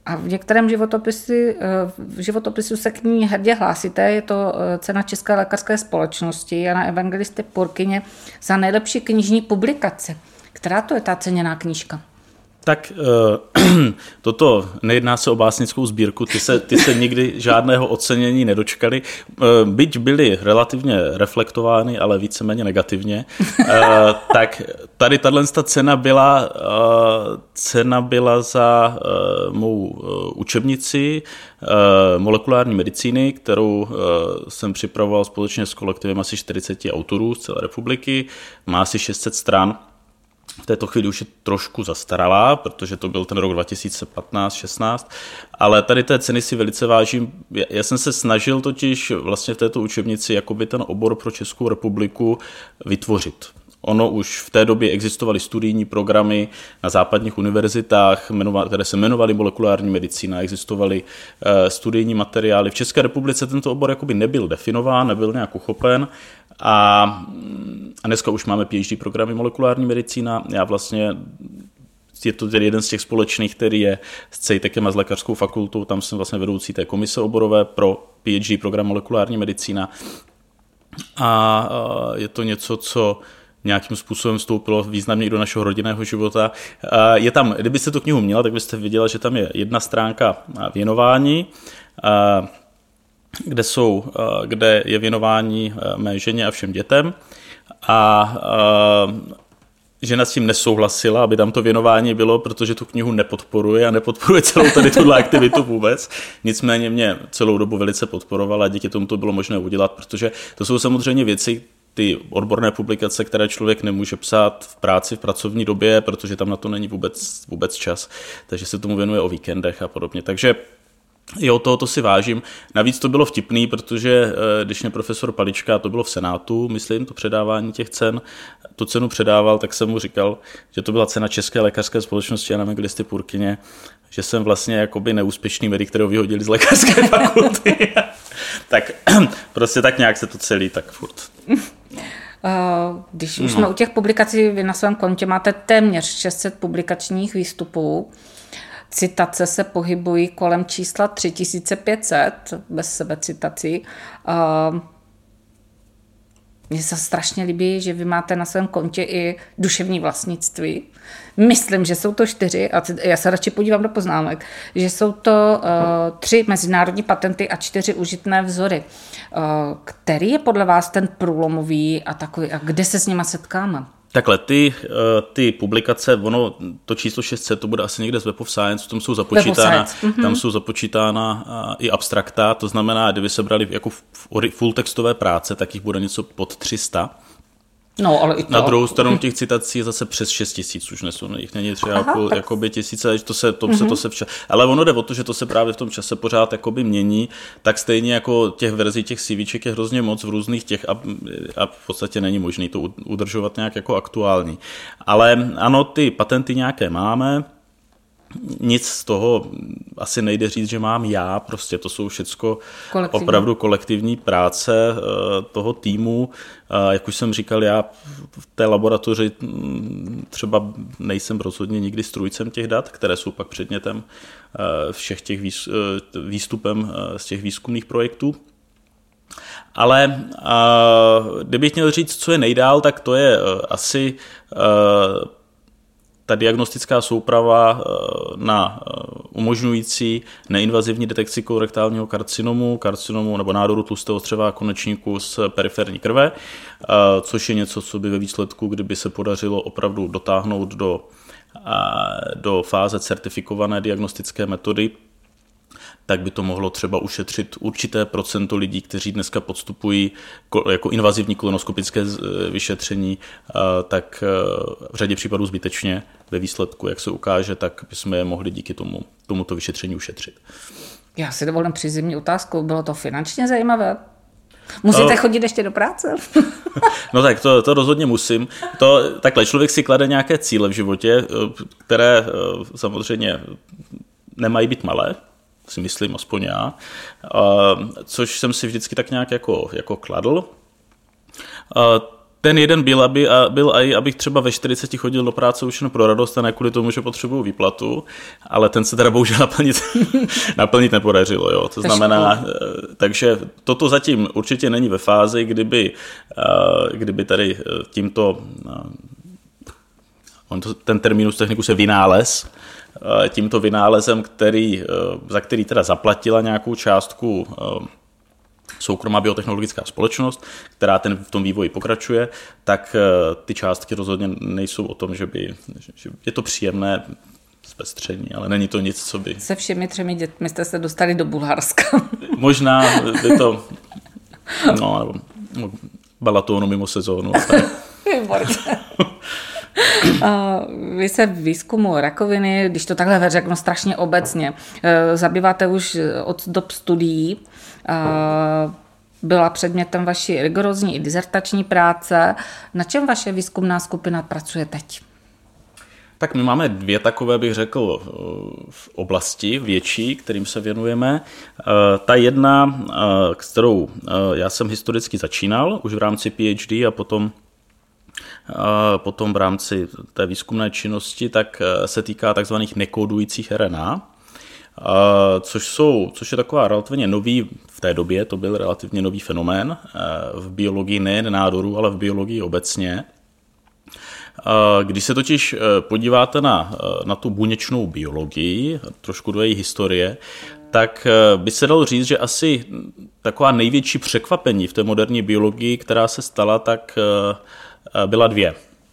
A v některém životopisu, v životopisu se k ní hrdě hlásíte, je to cena České lékařské společnosti Jana Evangelisty Purkyně za nejlepší knižní publikace. Která to je ta ceněná knížka? Tak toto nejedná se o básnickou sbírku, ty se, ty se nikdy žádného ocenění nedočkali, byť byly relativně reflektovány, ale víceméně negativně, tak tady tato cena byla, cena byla za mou učebnici molekulární medicíny, kterou jsem připravoval společně s kolektivem asi čtyřicet autorů z celé republiky, má asi šest set stran. V této chvíli už je trošku zastaralá, protože to byl ten rok dva tisíce patnáct šestnáct, ale tady té ceny si velice vážím. Já jsem se snažil totiž vlastně v této učebnici jakoby ten obor pro Českou republiku vytvořit. Ono už v té době existovaly studijní programy na západních univerzitách, které se jmenovaly molekulární medicína, existovaly studijní materiály. V České republice tento obor jakoby nebyl definován, nebyl nějak uchopen a, a dneska už máme PhD programy molekulární medicína. Já vlastně je to tedy jeden z těch společných, který je s CEJTECem a s lékařskou fakultou, tam jsem vlastně vedoucí té komise oborové pro PhD program molekulární medicína. A je to něco, co nějakým způsobem vstoupilo významně i do našeho rodinného života. Je tam, kdybyste tu knihu měla, tak byste viděla, že tam je jedna stránka věnování, kde, jsou, kde je věnování mé ženě a všem dětem. A žena s tím nesouhlasila, aby tam to věnování bylo, protože tu knihu nepodporuje a nepodporuje celou tady tuhle aktivitu vůbec. Nicméně mě celou dobu velice podporovala a díky tomu to bylo možné udělat, protože to jsou samozřejmě věci, ty odborné publikace, které člověk nemůže psát v práci, v pracovní době, protože tam na to není vůbec, vůbec čas, takže se tomu věnuje o víkendech a podobně. Takže jo, tohoto si vážím. Navíc to bylo vtipný, protože když mě profesor Palička, to bylo v Senátu, myslím, to předávání těch cen, tu cenu předával, tak jsem mu říkal, že to byla cena České lékařské společnosti Jana Evangelisty Purkyně, že jsem vlastně jakoby neúspěšný medic, kterého vyhodili z lékařské fakulty. Tak prostě tak nějak se to celý, tak furt. Když už jsme no. u těch publikací, vy na svém kontě máte téměř šest set publikačních výstupů. Citace se pohybují kolem čísla tři tisíce pět set, bez sebecitací. Mně se strašně líbí, že vy máte na svém kontě i duševní vlastnictví. Myslím, že jsou to čtyři, a já se radši podívám do poznámek, že jsou to uh, tři mezinárodní patenty a čtyři užitné vzory. Uh, který je podle vás ten průlomový a takový, a kde se s nima setkáme? Takhle, ty, ty publikace, ono, to číslo šest set, to bude asi někde z Web of Science, tam jsou započítána, mm-hmm. tam jsou započítána i abstrakta, to znamená, kdyby se brali jako full textové práce, tak jich bude něco pod tři sta. No, ale i to. Na druhou stranu těch citací je zase přes šest tisíc, už nesou, jich není třeba Aha, jako, tak... jakoby tisíce, to se, to, mm-hmm. se, to se včas, ale ono jde o to, že to se právě v tom čase pořád jakoby mění, tak stejně jako těch verzí, těch CVček je hrozně moc v různých těch a, a v podstatě není možné to udržovat nějak jako aktuální. Ale ano, ty patenty nějaké máme, nic z toho asi nejde říct, že mám já, prostě to jsou všecko kolektivní. Opravdu kolektivní práce toho týmu. Jak už jsem říkal, já v té laboratoři třeba nejsem rozhodně nikdy strůjcem těch dat, které jsou pak předmětem všech těch výstupem z těch výzkumných projektů. Ale kdybych měl říct, co je nejdál, tak to je asi ta diagnostická souprava na umožňující neinvazivní detekci kolorektálního karcinomu, karcinomu nebo nádoru tlustého střeva konečníku z periferní krve, což je něco, co by ve výsledku, kdyby se podařilo opravdu dotáhnout do, do fáze certifikované diagnostické metody, tak by to mohlo třeba ušetřit určité procento lidí, kteří dneska podstupují jako invazivní kolonoskopické vyšetření, tak v řadě případů zbytečně ve výsledku, jak se ukáže, tak bychom je mohli díky tomu, tomuto vyšetření ušetřit. Já si dovolím přízemní otázku. Bylo to finančně zajímavé? Musíte no, chodit ještě do práce? No tak to, to rozhodně musím. To, takhle, člověk si klade nějaké cíle v životě, které samozřejmě nemají být malé, si myslím, aspoň já, což jsem si vždycky tak nějak jako, jako kladl. ten jeden byl, aby, a byl i, abych třeba ve čtyřiceti chodil do práce už jen pro radost a ne kvůli tomu, že potřebuju výplatu, ale ten se teda bohužel naplnit, naplnit nepodařilo. Jo. To znamená, takže toto zatím určitě není ve fázi, kdyby, kdyby tady tímto, ten terminus technicus se vynález, tímto vynálezem, který, za který teda zaplatila nějakou částku soukromá biotechnologická společnost, která ten v tom vývoji pokračuje, tak ty částky rozhodně nejsou o tom, že by, že je to příjemné zpestření, ale není to nic, co by... Se všemi třemi dětmi jste se dostali do Bulharska. Možná by to... No, nebo Balatonu mimo sezónu. Vy se v výzkumu rakoviny, když to takhle řeknu strašně obecně, zabýváte už od dob studií. Byla předmětem vaší rigorózní i dizertační práce. Na čem vaše výzkumná skupina pracuje teď? Tak my máme dvě takové, bych řekl, v oblasti větší, kterým se věnujeme. Ta jedna, s kterou já jsem historicky začínal, už v rámci PhD a potom potom v rámci té výzkumné činnosti, tak se týká takzvaných nekódujících R N A, což, jsou, což je taková relativně nový, v té době to byl relativně nový fenomén v biologii nejen nádorů, ale v biologii obecně. Když se totiž podíváte na, na tu buněčnou biologii, trošku do její historie, tak by se dalo říct, že asi taková největší překvapení v té moderní biologii, která se stala, tak byla dvě.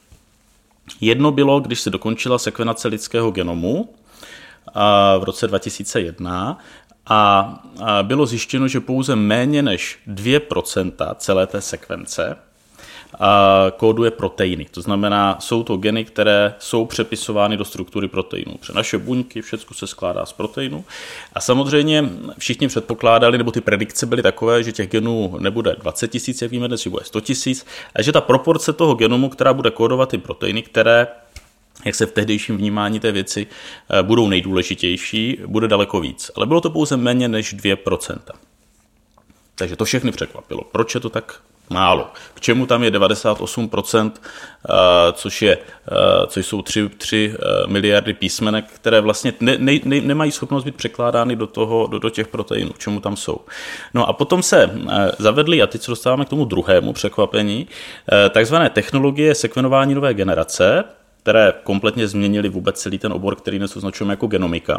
Jedno bylo, když se dokončila sekvenace lidského genomu v roce dva tisíce jedna a bylo zjištěno, že pouze méně než dvě procenta celé té sekvence kóduje proteiny. To znamená, jsou to geny, které jsou přepisovány do struktury proteinů. Protože naše buňky, všechno se skládá z proteinů. A samozřejmě všichni předpokládali, nebo ty predikce byly takové, že těch genů nebude dvacet tisíc, jak víme dnes, že bude sto tisíc, a že ta proporce toho genomu, která bude kódovat ty proteiny, které, jak se v tehdejším vnímání té věci, budou nejdůležitější, bude daleko víc. Ale bylo to pouze méně než dvě procenta. Takže to všechny překvapilo. Proč je to tak málo? K čemu tam je devadesát osm procent, což, je, což jsou tři miliardy písmenek, které vlastně ne, ne, ne, nemají schopnost být překládány do, toho, do, do těch proteinů, k čemu tam jsou. No a potom se zavedly, a teď se dostáváme k tomu druhému překvapení, takzvané technologie sekvenování nové generace, které kompletně změnily vůbec celý ten obor, který dnes označujeme jako genomika.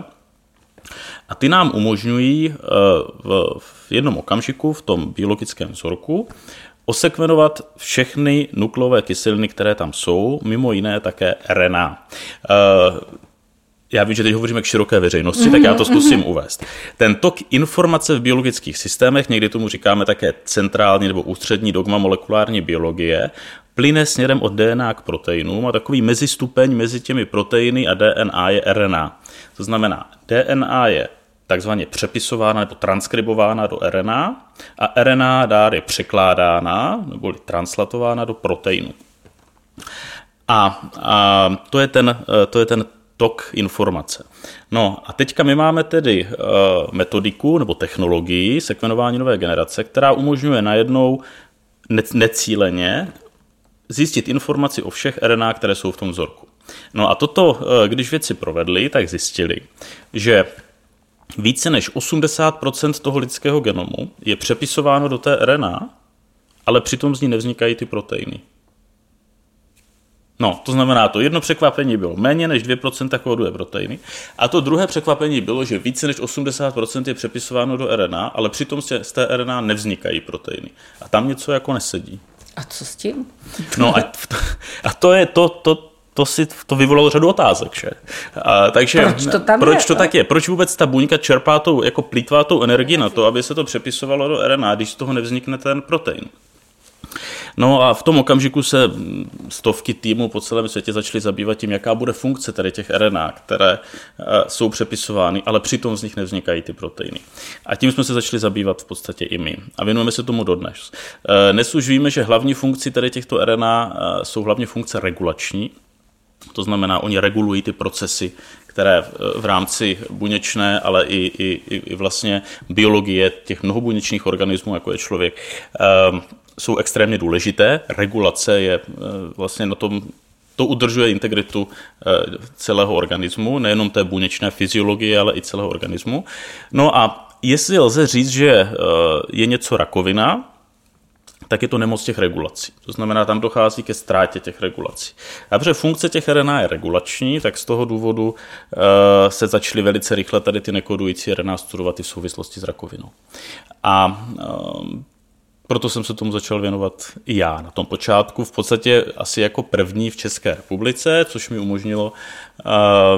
A ty nám umožňují v jednom okamžiku, v tom biologickém vzorku, osekvenovat všechny nukleové kyseliny, které tam jsou, mimo jiné také R N A. Já vím, že teď hovoříme k široké veřejnosti, tak já to zkusím uvést. Ten tok informace v biologických systémech, někdy tomu říkáme také centrální nebo ústřední dogma molekulární biologie, plyne směrem od D N A k proteinům a takový mezistupeň mezi těmi proteiny a D N A je R N A. To znamená, D N A je takzvaně přepisována nebo transkribována do R N A a R N A dál je překládána nebo translatována do proteinu. A, a to je ten, to je ten tok informace. No a teďka my máme tedy uh, metodiku nebo technologii sekvenování nové generace, která umožňuje najednou ne- necíleně zjistit informaci o všech R N A, které jsou v tom vzorku. No a toto, když vědci provedli, tak zjistili, že více než osmdesát procent toho lidského genomu je přepisováno do té R N A, ale přitom z ní nevznikají ty proteiny. No, to znamená, to jedno překvapení bylo méně než dvě procenta kóduje proteiny a to druhé překvapení bylo, že více než osmdesát procent je přepisováno do R N A, ale přitom z té R N A nevznikají proteiny. A tam něco jako nesedí. A co s tím? No a, a to je to, to, to si to vyvolalo řadu otázek, že? A, takže proč to tam proč je? to tak je? Proč vůbec ta buňka čerpá tou, jako plýtvá tou energii na to, aby se to přepisovalo do R N A, když z toho nevznikne ten protein? No a v tom okamžiku se stovky týmů po celém světě začaly zabývat tím, jaká bude funkce tady těch R N A, které jsou přepisovány, ale přitom z nich nevznikají ty proteiny. A tím jsme se začali zabývat v podstatě i my. A věnujeme se tomu dodnes. Dnes už víme, že hlavní funkcí tady těchto R N A jsou hlavně funkce regulační. To znamená, oni regulují ty procesy, které v rámci buněčné, ale i, i, i vlastně biologie těch mnohobuněčných organismů, jako je člověk, jsou extrémně důležité. Regulace je vlastně na tom, to udržuje integritu celého organismu, nejenom té buněčné fyziologie, ale i celého organismu. No a jestli lze říct, že je něco rakovina, tak je to nemoc těch regulací. To znamená, tam dochází ke ztrátě těch regulací. A protože funkce těch R N A je regulační, tak z toho důvodu uh, se začaly velice rychle tady ty nekodující R N A studovat i v souvislosti s rakovinou. A uh, proto jsem se tomu začal věnovat i já na tom počátku, v podstatě asi jako první v České republice, což mi umožnilo, uh,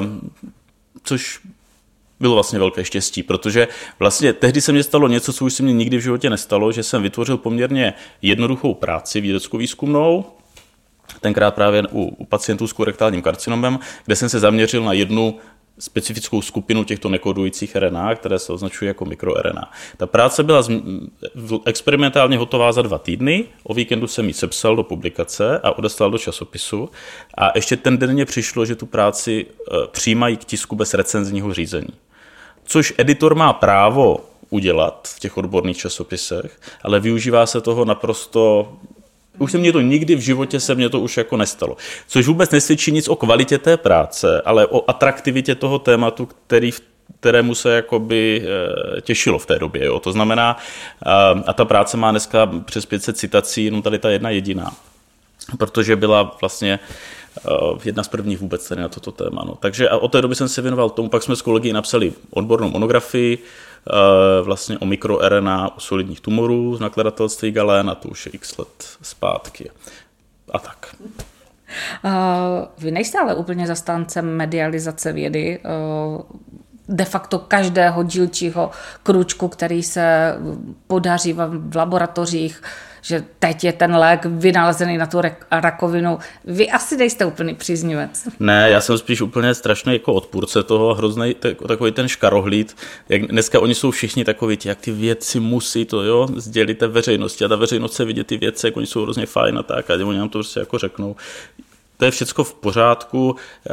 což bylo vlastně velké štěstí, protože vlastně tehdy se mně stalo něco, co už se mně nikdy v životě nestalo, že jsem vytvořil poměrně jednoduchou práci vědecko-výzkumnou, tenkrát právě u, u pacientů s kolorektálním karcinomem, kde jsem se zaměřil na jednu specifickou skupinu těchto nekodujících R N A, které se označují jako mikroRNA. Ta práce byla experimentálně hotová za dva týdny, o víkendu jsem ji sepsal do publikace a odeslal do časopisu a ještě ten den mě přišlo, že tu práci přijímají k tisku bez recenzního řízení. Což editor má právo udělat v těch odborných časopisech, ale využívá se toho naprosto. Už se mě to nikdy v životě se mě to už jako nestalo. Což vůbec nesvědčí nic o kvalitě té práce, ale o atraktivitě toho tématu, který, kterému se jakoby těšilo v té době. Jo. To znamená, a ta práce má dneska přes pět set citací, jenom tady ta jedna jediná. Protože byla vlastně jedna z prvních vůbec tady na toto téma. No. Takže a od té doby jsem se věnoval tomu, pak jsme s kolegy napsali odbornou monografii vlastně o mikroRNA u solidních tumorů z nakladatelství Galen a to už je x let zpátky. A tak. Uh, vy nejste ale úplně zastáncem medializace vědy, uh, de facto každého dílčího krůčku, který se podaří v laboratořích, že teď je ten lék vynalezený na tu rakovinu. Vy asi nejste úplný příznivec. Ne, já jsem spíš úplně strašný jako odpůrce toho, hrozný takový ten škarohlíd. Jak dneska oni jsou všichni takoví, jak ty vědci musí to, jo, sdělit té veřejnosti a ta veřejnost se vidět ty vědce, jak oni jsou hrozně fajn a tak a oni nám to prostě jako řeknou. To je všecko v pořádku,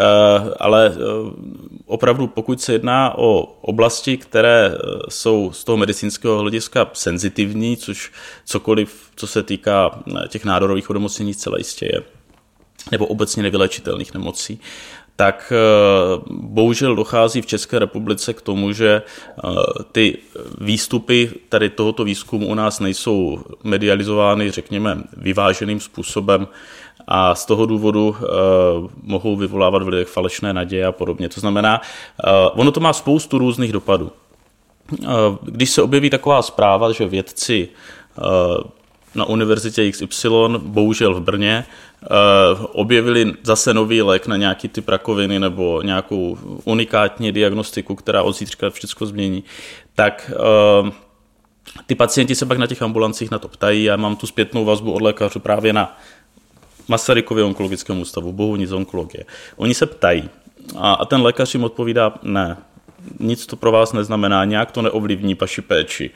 ale opravdu pokud se jedná o oblasti, které jsou z toho medicínského hlediska senzitivní, což cokoliv, co se týká těch nádorových onemocnění zcela jistě je, nebo obecně nevylečitelných nemocí, tak bohužel dochází v České republice k tomu, že ty výstupy tady tohoto výzkumu u nás nejsou medializovány, řekněme, vyváženým způsobem a z toho důvodu uh, mohou vyvolávat v lidech falešné naděje a podobně. To znamená, uh, ono to má spoustu různých dopadů. Uh, když se objeví taková zpráva, že vědci uh, na univerzitě X Y, bohužel v Brně, uh, objevili zase nový lék na nějaký typ rakoviny nebo nějakou unikátní diagnostiku, která od zítřka všechno změní, tak uh, ty pacienti se pak na těch ambulancích na to ptají. Já mám tu zpětnou vazbu od lékařů právě na Masarykově onkologickému ústavu, bohu nic onkologie. Oni se ptají a, a ten lékař jim odpovídá, ne, nic to pro vás neznamená, nějak to neovlivní vaši péči.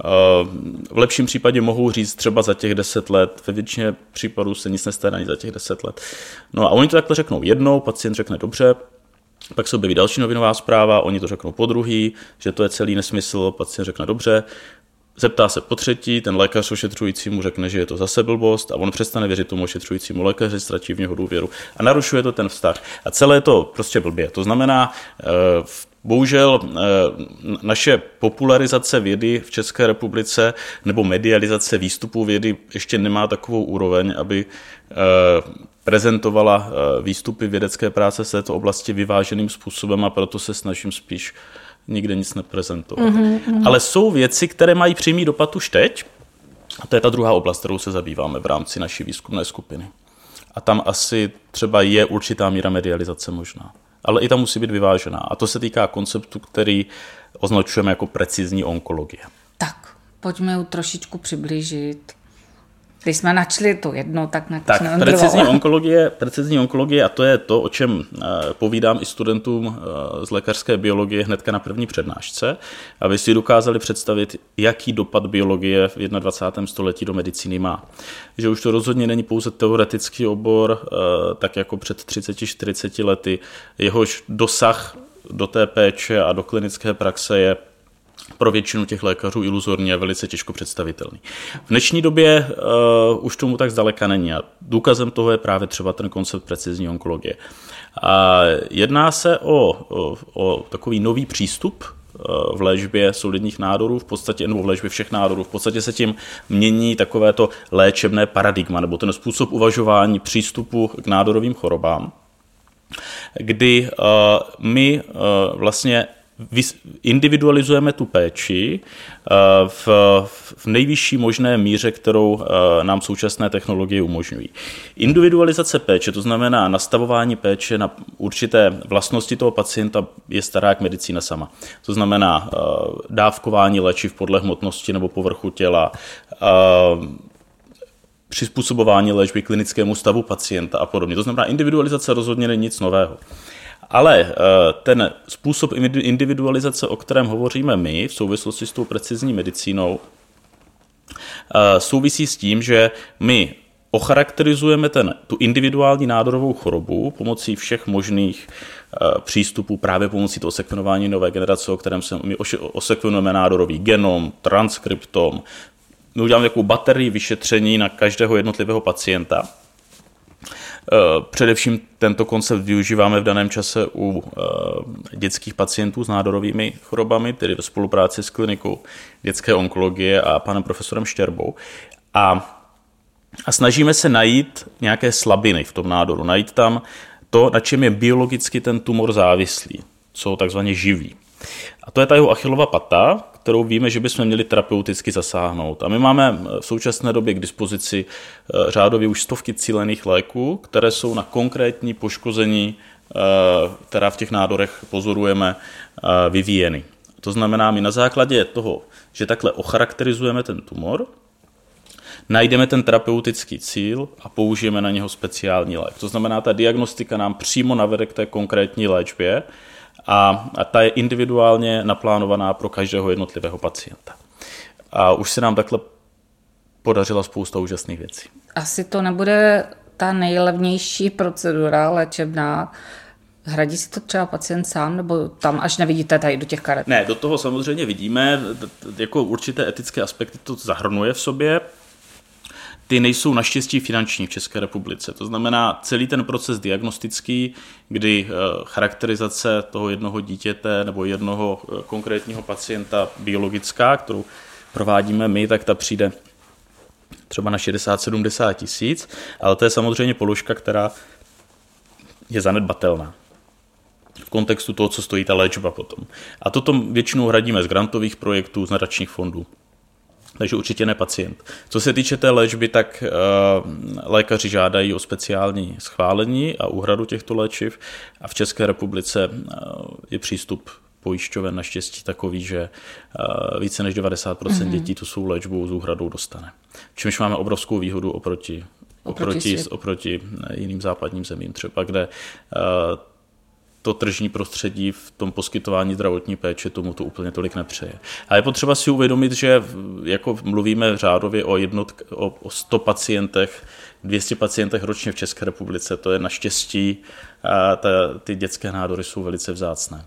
V lepším případě mohou říct třeba za těch deset let, ve většině případů se nic nestane ani za těch deset let. No a oni to takhle řeknou jednou, pacient řekne dobře, pak se objeví další novinová zpráva, oni to řeknou po druhý, že to je celý nesmysl, pacient řekne dobře, zeptá se po třetí, ten lékař ošetřující mu řekne, že je to zase blbost a on přestane věřit tomu ošetřujícímu lékaři, ztratí v něho důvěru a narušuje to ten vztah. A celé je to prostě blbě. To znamená, bohužel naše popularizace vědy v České republice nebo medializace výstupů vědy ještě nemá takovou úroveň, aby prezentovala výstupy vědecké práce z této oblasti vyváženým způsobem a proto se snažím spíš nikde nic neprezentovat. Mm-hmm. Ale jsou věci, které mají přímý dopad už teď a to je ta druhá oblast, kterou se zabýváme v rámci naší výzkumné skupiny. A tam asi třeba je určitá míra medializace možná. Ale i tam musí být vyvážená. A to se týká konceptu, který označujeme jako precizní onkologie. Tak, pojďme ho trošičku přiblížit. Když jsme načli tu jednu, tak načneme Tak, precizní onkologie, precizní onkologie, a to je to, o čem povídám i studentům z lékařské biologie hnedka na první přednášce, aby si dokázali představit, jaký dopad biologie v dvacátém prvním století do medicíny má. Že už to rozhodně není pouze teoretický obor, tak jako před třicet čtyřiceti lety, jehož dosah do té péče a do klinické praxe je pro většinu těch lékařů iluzorní a velice těžko představitelný. V dnešní době uh, už tomu tak zdaleka není a důkazem toho je právě třeba ten koncept precizní onkologie. A jedná se o, o, o takový nový přístup v léčbě solidních nádorů, v podstatě, nebo v léčbě všech nádorů. V podstatě se tím mění takovéto léčebné paradigma, nebo ten způsob uvažování přístupu k nádorovým chorobám, kdy uh, my uh, vlastně individualizujeme tu péči v, v nejvyšší možné míře, kterou nám současné technologie umožňují. Individualizace péče, to znamená nastavování péče na určité vlastnosti toho pacienta, je stará jak medicína sama. To znamená dávkování léčiv podle hmotnosti nebo povrchu těla, přizpůsobování léčby klinickému stavu pacienta a podobně. To znamená, individualizace rozhodně není nic nového. Ale ten způsob individualizace, o kterém hovoříme my v souvislosti s tou precizní medicínou, souvisí s tím, že my ocharakterizujeme ten, tu individuální nádorovou chorobu pomocí všech možných přístupů, právě pomocí toho sekvenování nové generace, o kterém se my osekvenujeme nádorový genom, transkriptom. My uděláme takovou baterii vyšetření na každého jednotlivého pacienta. Především tento koncept využíváme v daném čase u dětských pacientů s nádorovými chorobami, tedy ve spolupráci s klinikou dětské onkologie a panem profesorem Štěrbou. A, a snažíme se najít nějaké slabiny v tom nádoru, najít tam to, na čem je biologicky ten tumor závislý, co takzvaně živí. A to je ta jeho Achillova pata, kterou víme, že bychom měli terapeuticky zasáhnout. A my máme v současné době k dispozici řádově už stovky cílených léků, které jsou na konkrétní poškození, která v těch nádorech pozorujeme, vyvíjeny. To znamená, my na základě toho, že takhle ocharakterizujeme ten tumor, najdeme ten terapeutický cíl a použijeme na něho speciální lék. To znamená, ta diagnostika nám přímo navede k té konkrétní léčbě, a ta je individuálně naplánovaná pro každého jednotlivého pacienta. A už se nám takhle podařila spousta úžasných věcí. Asi to nebude ta nejlevnější procedura léčebná. Hradí si to třeba pacient sám, nebo tam až nevidíte tady do těch karet? Ne, do toho samozřejmě vidíme, jako určité etické aspekty to zahrnuje v sobě. Ty nejsou naštěstí finanční v České republice. To znamená, celý ten proces diagnostický, kdy charakterizace toho jednoho dítěte nebo jednoho konkrétního pacienta biologická, kterou provádíme my, tak ta přijde třeba na šedesát sedmdesát tisíc, ale to je samozřejmě položka, která je zanedbatelná v kontextu toho, co stojí ta léčba potom. A toto většinou hradíme z grantových projektů, z nadačních fondů. Takže určitě ne pacient. Co se týče té léčby, tak uh, lékaři žádají o speciální schválení a úhradu těchto léčiv a v České republice uh, je přístup pojišťoven naštěstí takový, že uh, více než devadesát procent mm-hmm. dětí tu svou léčbu s úhradou dostane. Čímž máme obrovskou výhodu oproti, oproti, oproti, oproti jiným západním zemím, třeba kde uh, to tržní prostředí v tom poskytování zdravotní péče tomu to úplně tolik nepřeje. A je potřeba si uvědomit, že jako mluvíme řádově o, jednotk, o, o sto pacientech, dvě stě pacientech ročně v České republice, to je naštěstí, a ta, ty dětské nádory jsou velice vzácné.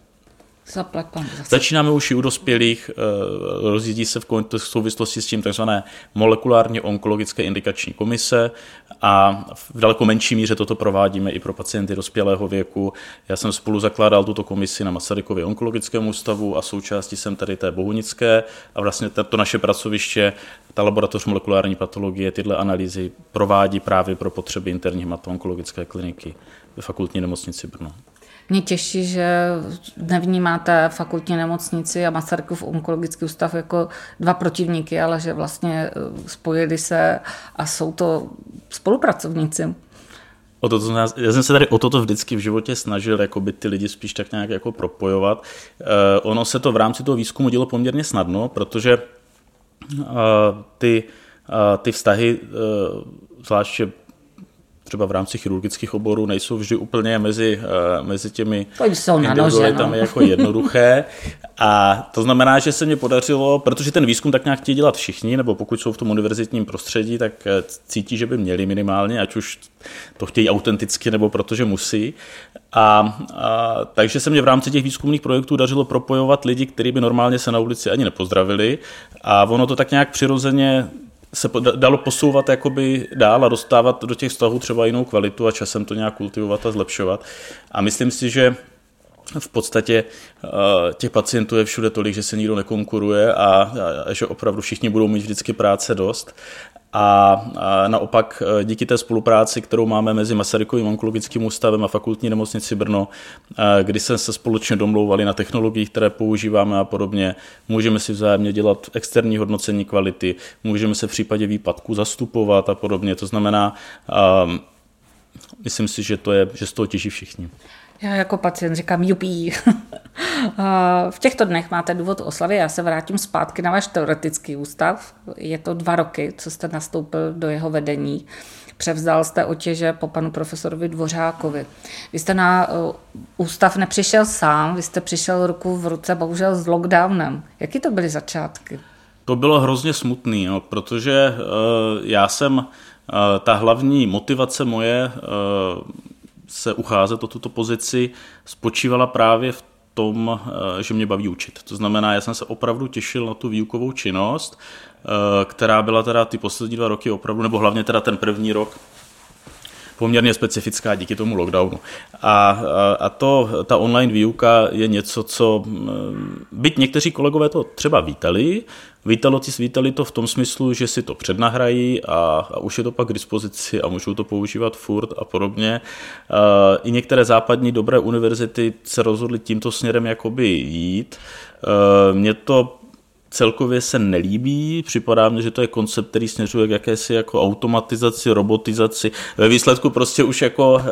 Začínáme už i u dospělých, rozjíždí se v souvislosti s tím takzvané molekulárně onkologické indikační komise a v daleko menší míře toto provádíme i pro pacienty dospělého věku. Já jsem spolu zakládal tuto komisi na Masarykově onkologickém ústavu a součástí jsem tady té bohunické a vlastně to naše pracoviště, ta laboratoř molekulární patologie, tyhle analýzy provádí právě pro potřeby interní hematoonkologické kliniky ve fakultní nemocnici Brno. Mě těší, že nevnímáte fakultní nemocnici a Masarykův onkologický ústav jako dva protivníky, ale že vlastně spojili se a jsou to spolupracovníci. O to, to, já jsem se tady o toto vždycky v životě snažil jako by ty lidi spíš tak nějak jako propojovat. Eh, ono se to v rámci toho výzkumu dělo poměrně snadno, protože eh, ty, eh, ty vztahy, eh, zvláště třeba v rámci chirurgických oborů nejsou vždy úplně mezi, mezi těmi individualitami no. jako jednoduché. A to znamená, že se mě podařilo, protože ten výzkum tak nějak chtějí dělat všichni, nebo pokud jsou v tom univerzitním prostředí, tak cítí, že by měli minimálně, ať už to chtějí autenticky, nebo protože musí. A, a takže se mě v rámci těch výzkumných projektů dařilo propojovat lidi, kteří by normálně se na ulici ani nepozdravili. A ono to tak nějak přirozeně se dalo posouvat jakoby dál a dostávat do těch vztahů třeba jinou kvalitu a časem to nějak kultivovat a zlepšovat. A myslím si, že v podstatě těch pacientů je všude tolik, že se nikdo nekonkuruje a, a, a že opravdu všichni budou mít vždycky práce dost. A, a naopak díky té spolupráci, kterou máme mezi Masarykovým onkologickým ústavem a Fakultní nemocnici Brno, kdy jsme se společně domlouvali na technologiích, které používáme a podobně, můžeme si vzájemně dělat externí hodnocení kvality, můžeme se v případě výpadku zastupovat a podobně. To znamená, um, myslím si, že, to je, že z toho těží všichni. Já jako pacient říkám jupí. V těchto dnech máte důvod oslavy, já se vrátím zpátky na váš teoretický ústav. Je to dva roky, co jste nastoupil do jeho vedení. Převzal jste otěže po panu profesorovi Dvořákovi. Vy jste na ústav nepřišel sám, vy jste přišel ruku v ruce bohužel s lockdownem. Jaký to byly začátky? To bylo hrozně smutný, no, protože uh, já jsem, uh, ta hlavní motivace moje uh, se ucházet o tuto pozici spočívala právě v tom, že mě baví učit. To znamená, já jsem se opravdu těšil na tu výukovou činnost, která byla teda ty poslední dva roky opravdu, nebo hlavně teda ten první rok, poměrně specifická díky tomu lockdownu. A, a to, ta online výuka je něco, co byť někteří kolegové to třeba vítali, vítalo, vítali to v tom smyslu, že si to přednahrají a, a už je to pak k dispozici a můžou to používat furt a podobně. I některé západní dobré univerzity se rozhodly tímto směrem jakoby jít. Mně to celkově se nelíbí, připadá mně, že to je koncept, který směřuje k jakési jako automatizaci, robotizaci. Ve výsledku prostě už jako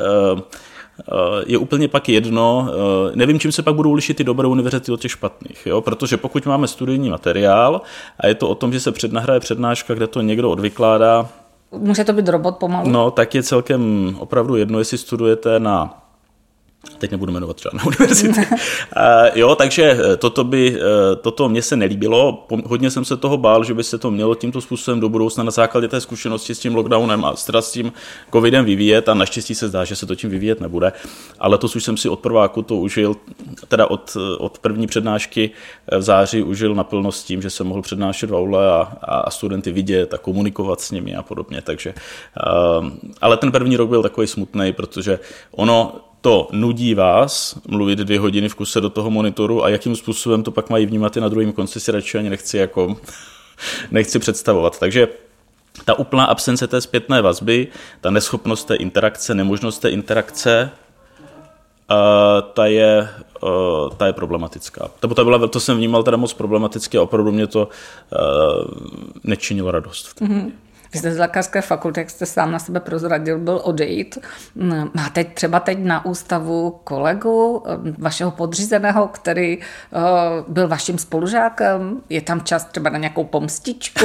je úplně pak jedno, nevím, čím se pak budou lišit ty dobré univerzity od těch špatných, jo? Protože pokud máme studijní materiál a je to o tom, že se přednahraje přednáška, kde to někdo odvykládá, může to být robot pomalu? No, tak je celkem opravdu jedno, jestli studujete na teď nebudu jmenovat žádnou univerzity. uh, jo, takže toto by, uh, toto mně se nelíbilo. Hodně jsem se toho bál, že by se to mělo tímto způsobem do budoucna na základě té zkušenosti s tím lockdownem a s tím covidem vyvíjet a naštěstí se zdá, že se to tím vyvíjet nebude. Ale letos už jsem si od prváku to užil, teda od, od první přednášky v září užil naplno s tím, že jsem mohl přednášet v aule a, a studenty vidět a komunikovat s nimi a podobně. Takže, uh, ale ten první rok byl takový smutný, protože ono to nudí vás mluvit dvě hodiny v kuse do toho monitoru a jakým způsobem to pak mají vnímat i na druhém konci, si radši ani nechci, jako, nechci představovat. Takže ta úplná absence té zpětné vazby, ta neschopnost té interakce, nemožnost té interakce, uh, ta, je, uh, ta je problematická. To, to, byla, to jsem vnímal teda moc problematicky a opravdu mě to uh, nečinilo radost. Mm-hmm. Vy jste z lékařské fakulty, jak jste sám na sebe prozradil, byl odejít. Máte třeba teď na ústavu kolegu, vašeho podřízeného, který uh, byl vaším spolužákem? Je tam čas třeba na nějakou pomstičku?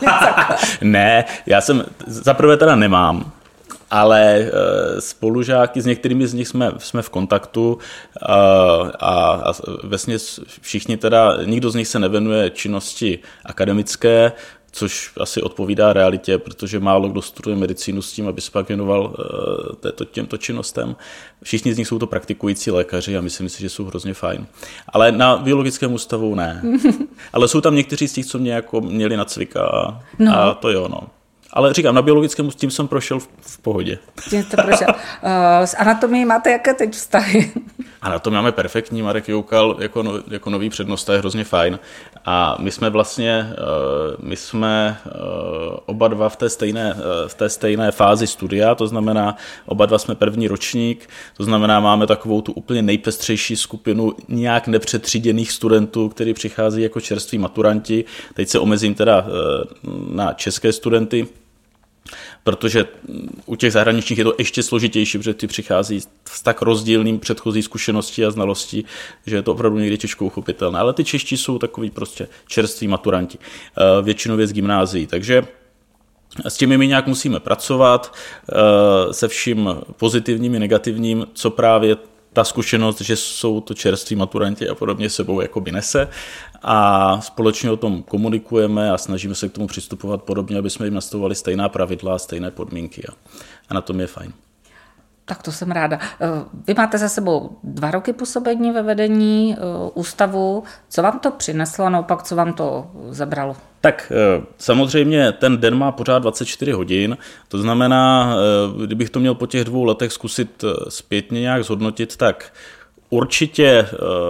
Ne, já jsem, zaprvé teda nemám, ale spolužáky, s některými z nich jsme, jsme v kontaktu a, a, a vesměs všichni teda, nikdo z nich se nevěnuje činnosti akademické, což asi odpovídá realitě, protože málo kdo studuje medicínu s tím, aby se pak věnoval uh, této, těmto činnostem. Všichni z nich jsou to praktikující lékaři a myslím si, že jsou hrozně fajn. Ale na biologickém ústavu ne. Ale jsou tam někteří z těch, co mě jako měli nacvik a, no. a to jo, no. Ale říkám, na biologickém tím jsem prošel v, v pohodě. Tím jste prošel. Uh, s anatomií máte jaké teď vztahy? Anatomii máme perfektní, Marek Joukal jako, no, jako nový přednosta je hrozně fajn. A my jsme vlastně, uh, my jsme uh, oba dva v té, stejné, uh, v té stejné fázi studia, to znamená, oba dva jsme první ročník, to znamená, máme takovou tu úplně nejpestřejší skupinu nějak nepřetříděných studentů, kteří přichází jako čerství maturanti. Teď se omezím teda uh, na české studenty, protože u těch zahraničních je to ještě složitější, protože ty přichází s tak rozdílným předchozí zkušeností a znalostí, že je to opravdu někdy těžko uchopitelné. Ale ty čeští jsou takový prostě čerství maturanti, většinově z gymnázií. Takže S těmi my nějak musíme pracovat, se vším pozitivním i negativním, co právě ta zkušenost, že jsou to čerství maturanti a podobně sebou jakoby nese a společně o tom komunikujeme a snažíme se k tomu přistupovat podobně, aby jsme jim nastavovali stejná pravidla a stejné podmínky a, a na tom je fajn. Tak to jsem ráda. Vy máte za sebou dva roky působení ve vedení ústavu. Co vám to přineslo a naopak, co vám to zabralo? Tak samozřejmě ten den má pořád dvacet čtyři hodin, to znamená, kdybych to měl po těch dvou letech zkusit zpětně nějak zhodnotit, tak určitě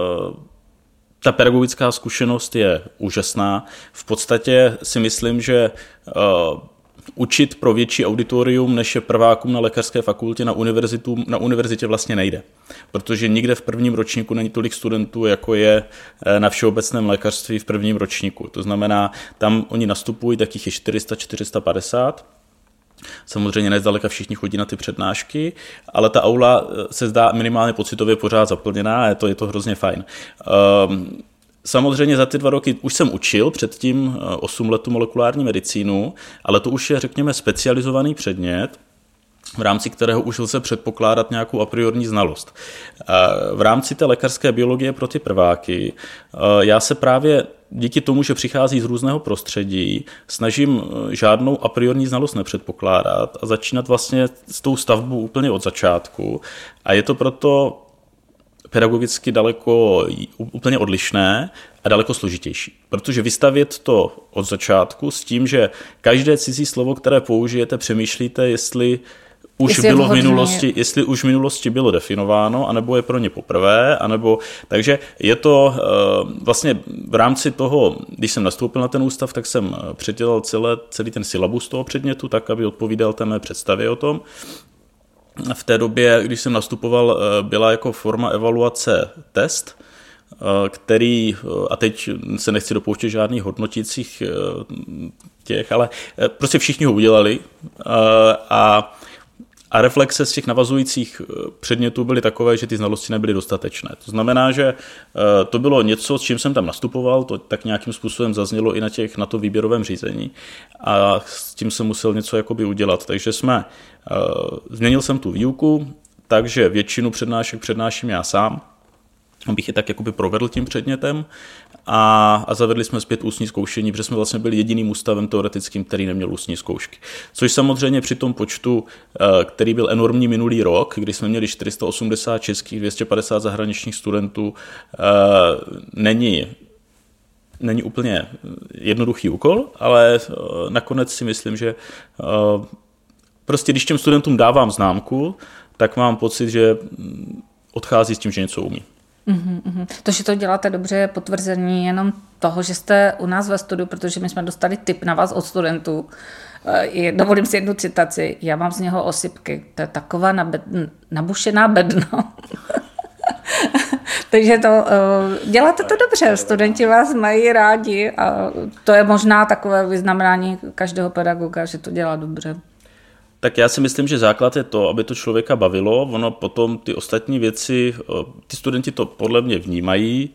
ta pedagogická zkušenost je úžasná. V podstatě si myslím, že učit pro větší auditorium, než je prvákům na lékařské fakultě na, univerzitu, na univerzitě vlastně nejde. Protože nikde v prvním ročníku není tolik studentů, jako je na všeobecném lékařství v prvním ročníku. To znamená, tam oni nastupují, takých je čtyři sta, čtyři sta padesát. Samozřejmě nezdaleka všichni chodí na ty přednášky, ale ta aula se zdá minimálně pocitově pořád zaplněná a je to, je to hrozně fajn. Um, Samozřejmě za ty dva roky už jsem učil předtím osm let molekulární medicínu, ale to už je, řekněme, specializovaný předmět, v rámci kterého už lze předpokládat nějakou a priorní znalost. V rámci té lékařské biologie pro ty prváky já se právě díky tomu, že přichází z různého prostředí, snažím žádnou a priorní znalost nepředpokládat a začínat vlastně s tou stavbou úplně od začátku. A je to proto pedagogicky daleko úplně odlišné a daleko složitější. Protože vystavět to od začátku s tím, že každé cizí slovo, které použijete, přemýšlíte, jestli už jestli bylo v minulosti, jestli už v minulosti bylo definováno, anebo je pro ně poprvé, anebo takže je to vlastně v rámci toho, když jsem nastoupil na ten ústav, tak jsem předělal celé, celý ten syllabus toho předmětu, tak, aby odpovídal té mé představě o tom. V té době, když jsem nastupoval, byla jako forma evaluace test, který, a teď se nechci dopouštět žádných hodnotících těch, ale prostě všichni ho udělali a A reflexe z těch navazujících předmětů byly takové, že ty znalosti nebyly dostatečné. To znamená, že to bylo něco, s čím jsem tam nastupoval, to tak nějakým způsobem zaznělo i na, těch, na to výběrovém řízení a s tím jsem musel něco jakoby udělat. Takže jsme, změnil jsem tu výuku, takže většinu přednášek přednáším já sám, abych je tak jakoby provedl tím předmětem a, a zavedli jsme zpět ústní zkoušení, protože jsme vlastně byli jediným ústavem teoretickým, který neměl ústní zkoušky. Což samozřejmě při tom počtu, který byl enormní minulý rok, kdy jsme měli čtyři sta osmdesát českých, dvě stě padesát zahraničních studentů, není, není úplně jednoduchý úkol, ale nakonec si myslím, že prostě když těm studentům dávám známku, tak mám pocit, že odchází s tím, že něco umí. Uhum, uhum. To, že to děláte dobře, je potvrzení jenom toho, že jste u nás ve studiu, protože my jsme dostali tip na vás od studentů. Dovolím si jednu citaci. Já mám z něho osypky. To je taková nabed, nabušená bedna. Takže to, děláte to dobře. Studenti vás mají rádi a to je možná takové vyznamenání každého pedagoga, že to dělá dobře. Tak já si myslím, že základ je to, aby to člověka bavilo, ono potom ty ostatní věci, ty studenti to podle mě vnímají,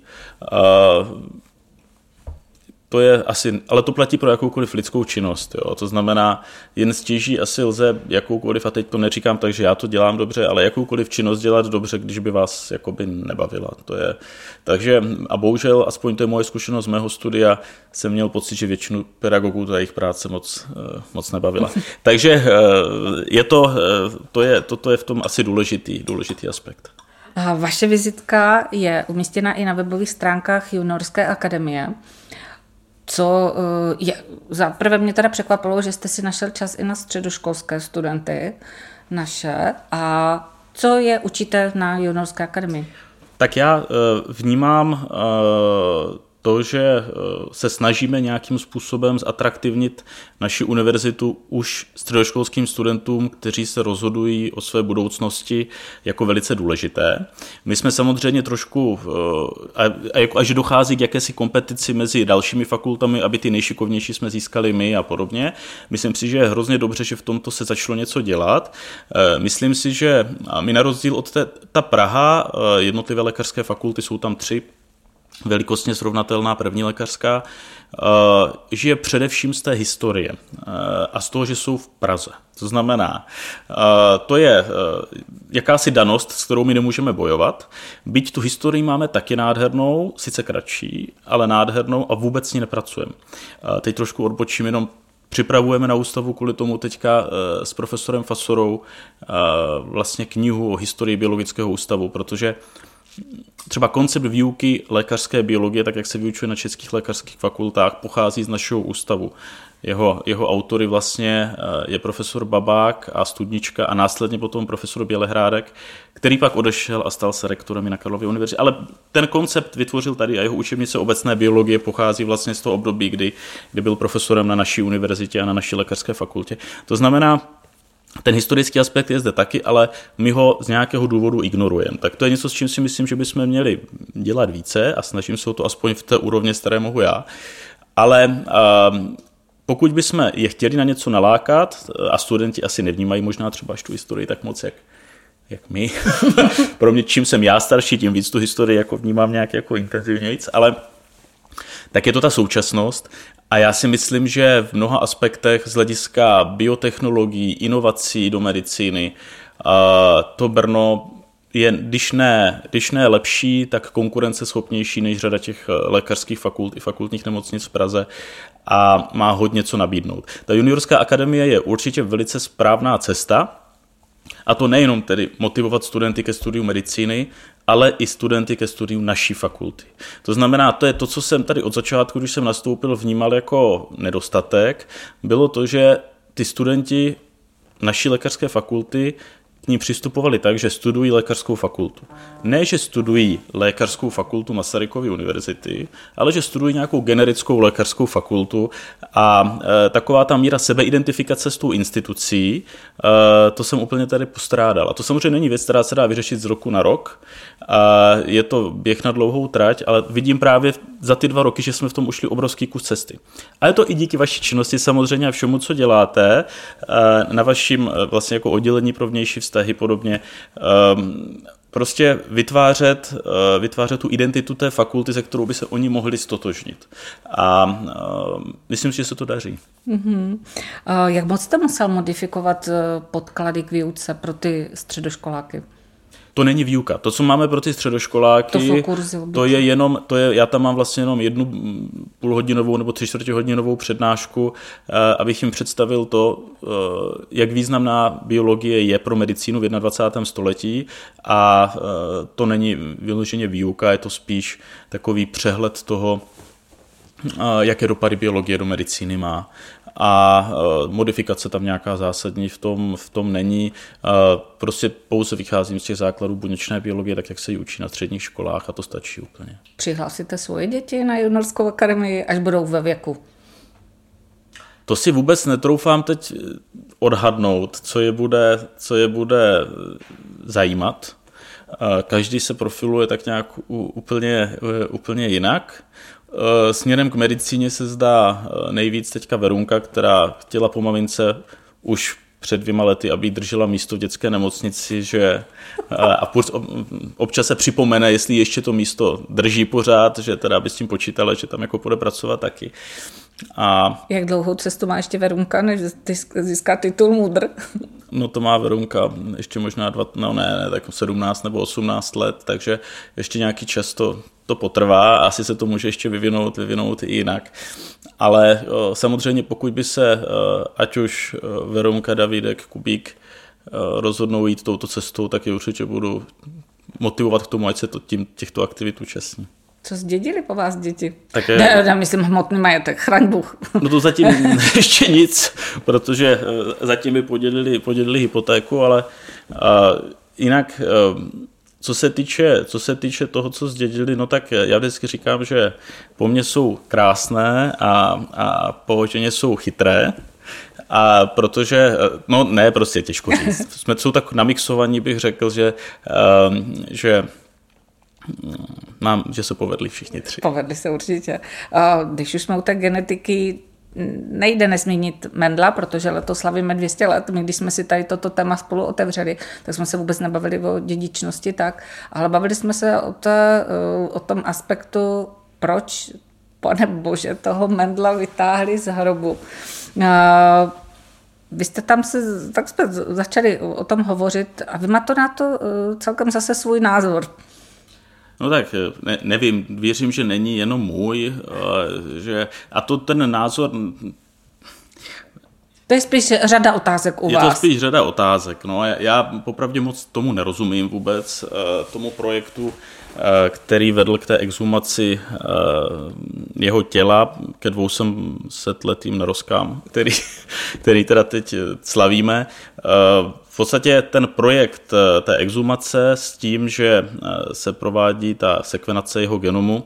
to je asi, ale to platí pro jakoukoliv lidskou činnost, jo. To znamená, jen stěží asi lze jakoukoliv, a teď to neříkám tak, že já to dělám dobře, ale jakoukoliv činnost dělat dobře, když by vás jakoby nebavila. To je, takže a bohužel, aspoň to je moje zkušenost z mého studia, jsem měl pocit, že většinu pedagogů ta jejich práce moc, moc nebavila. Takže je to, to je, toto je v tom asi důležitý, důležitý aspekt. A vaše vizitka je umístěna i na webových stránkách Juniorské akademie. Co je, za prvé mě teda překvapilo, že jste si našel čas i na středoškolské studenty naše. A co je učíte na Juniorské akademii? Tak já vnímám to, že se snažíme nějakým způsobem zatraktivnit naši univerzitu už středoškolským studentům, kteří se rozhodují o své budoucnosti, jako velice důležité. My jsme samozřejmě trošku, a, a, a že dochází k jakési kompetici mezi dalšími fakultami, aby ty nejšikovnější jsme získali my a podobně. Myslím si, že je hrozně dobře, že v tomto se začalo něco dělat. Myslím si, že my na rozdíl od té, ta Praha, jednotlivé lékařské fakulty, jsou tam tři, velikostně srovnatelná první lékařská, žije především z té historie a z toho, že jsou v Praze. To znamená, to je jakási danost, s kterou my nemůžeme bojovat. Byť tu historii máme taky nádhernou, sice kratší, ale nádhernou a vůbec s ní nepracujeme. Teď trošku odbočím, jenom připravujeme na ústavu kvůli tomu teďka s profesorem Fasorou vlastně knihu o historii biologického ústavu, protože třeba koncept výuky lékařské biologie, tak jak se vyučuje na českých lékařských fakultách, pochází z našeho ústavu. Jeho, jeho autory vlastně je profesor Babák a Studnička a následně potom profesor Bělehrádek, který pak odešel a stal se rektorem na Karlově univerzitě. Ale ten koncept vytvořil tady a jeho učebnice obecné biologie pochází vlastně z toho období, kdy, kdy byl profesorem na naší univerzitě a na naší lékařské fakultě. To znamená, ten historický aspekt je zde taky, ale my ho z nějakého důvodu ignorujeme. Tak to je něco, s čím si myslím, že bychom měli dělat více a snažím se o to aspoň v té úrovni, z které mohu já. Ale uh, pokud bychom je chtěli na něco nalákat, a studenti asi nevnímají možná třeba až tu historii tak moc, jak, jak my. Pro mě, čím jsem já starší, tím víc tu historii jako vnímám nějak jako intenzivnějc, ale tak je to ta současnost. A já si myslím, že v mnoha aspektech z hlediska biotechnologií, inovací do medicíny, to Brno je, když ne, když ne lepší, tak konkurenceschopnější než řada těch lékařských fakult i fakultních nemocnic v Praze a má hodně co nabídnout. Ta juniorská akademie je určitě velice správná cesta, a to nejenom tedy motivovat studenty ke studiu medicíny, ale i studenty ke studiu naší fakulty. To znamená, to je to, co jsem tady od začátku, když jsem nastoupil, vnímal jako nedostatek, bylo to, že ty studenti naší lékařské fakulty k ní přistupovali tak, že studují lékařskou fakultu. Ne, že studují lékařskou fakultu Masarykovy univerzity, ale že studují nějakou generickou lékařskou fakultu a e, taková ta míra sebeidentifikace s tou institucí, e, to jsem úplně tady postrádal. A to samozřejmě není věc, která se dá vyřešit z roku na rok. A je to běh na dlouhou trať, ale vidím právě za ty dva roky, že jsme v tom ušli obrovský kus cesty. A je to i díky vaší činnosti samozřejmě a všemu, co děláte, e, na vaším vlastně jako oddělení pro vnější vztahy podobně, prostě vytvářet, vytvářet tu identitu té fakulty, se kterou by se oni mohli stotožnit. A myslím si, že se to daří. Mm-hmm. Jak moc jste musel modifikovat podklady k výuce pro ty středoškoláky? To není výuka. To, co máme pro ty středoškoláky, to jsou kurzy, to je jenom, to je, já tam mám vlastně jenom jednu půlhodinovou nebo tři čtvrtěhodinovou přednášku, abych jim představil to, jak významná biologie je pro medicínu v dvacátém prvním století a to není vyloženě výuka, je to spíš takový přehled toho, jaké dopady biologie do medicíny má. A modifikace tam nějaká zásadní v tom, v tom není. Prostě pouze vycházím z těch základů buněčné biologie, tak jak se ji učí na středních školách a to stačí úplně. Přihlásíte svoje děti na juniorskou akademii, až budou ve věku? To si vůbec netroufám teď odhadnout, co je bude, co je bude zajímat. Každý se profiluje tak nějak úplně, úplně jinak. Směrem k medicíně se zdá nejvíc teďka Verunka, která chtěla po mamince už před dvěma lety, aby držela místo v dětské nemocnici, že a občas se připomene, jestli ještě to místo drží pořád, že teda by s tím počítala, že tam jako půjde pracovat taky. A jak dlouhou cestu má ještě Verunka, než získá titul MUDr? No to má Verunka ještě možná dva, no ne, ne, tak sedmnáct nebo osmnáct let, takže ještě nějaký čas to, to potrvá, asi se to může ještě vyvinout, vyvinout i jinak. Ale o, samozřejmě pokud by se o, ať už Verunka, Davidek, Kubík o, rozhodnou jít touto cestou, tak je určitě budu motivovat k tomu, ať se to tím těchto aktivit účastní. Co zdědili po vás děti? Tak je... ne, já myslím hmotný majetek, chraň Bůh. No to zatím ještě nic, protože zatím by podělili, podělili hypotéku, ale uh, jinak, uh, co se týče, co se týče toho, co zdědili, no tak já vždycky říkám, že po mně jsou krásné a, a po ženě jsou chytré. A protože, no ne, prostě těžko říct. Jsme jsou tak namixovaní, bych řekl, že, uh, že mám, že se povedli všichni tři. Povedli se určitě. Když už jsme u té genetiky, nejde nezmínit Mendla, protože letos slavíme dvě stě let. My, když jsme si tady toto téma spolu otevřeli, tak jsme se vůbec nebavili o dědičnosti tak, ale bavili jsme se o, té, o tom aspektu, proč, pane bože, toho Mendla vytáhli z hrobu. Vy jste tam se, tak jsme začali o tom hovořit a vy máte na to celkem zase svůj názor. No tak ne, nevím, věřím, že není jenom můj, že, a to ten názor... To je spíš řada otázek u je vás. Je to spíš řada otázek, no já, já popravdě moc tomu nerozumím vůbec, tomu projektu, který vedl k té exhumaci jeho těla ke dvousetletým narozkám, který, který teda teď slavíme. V podstatě ten projekt té exhumace s tím, že se provádí ta sekvenace jeho genomu,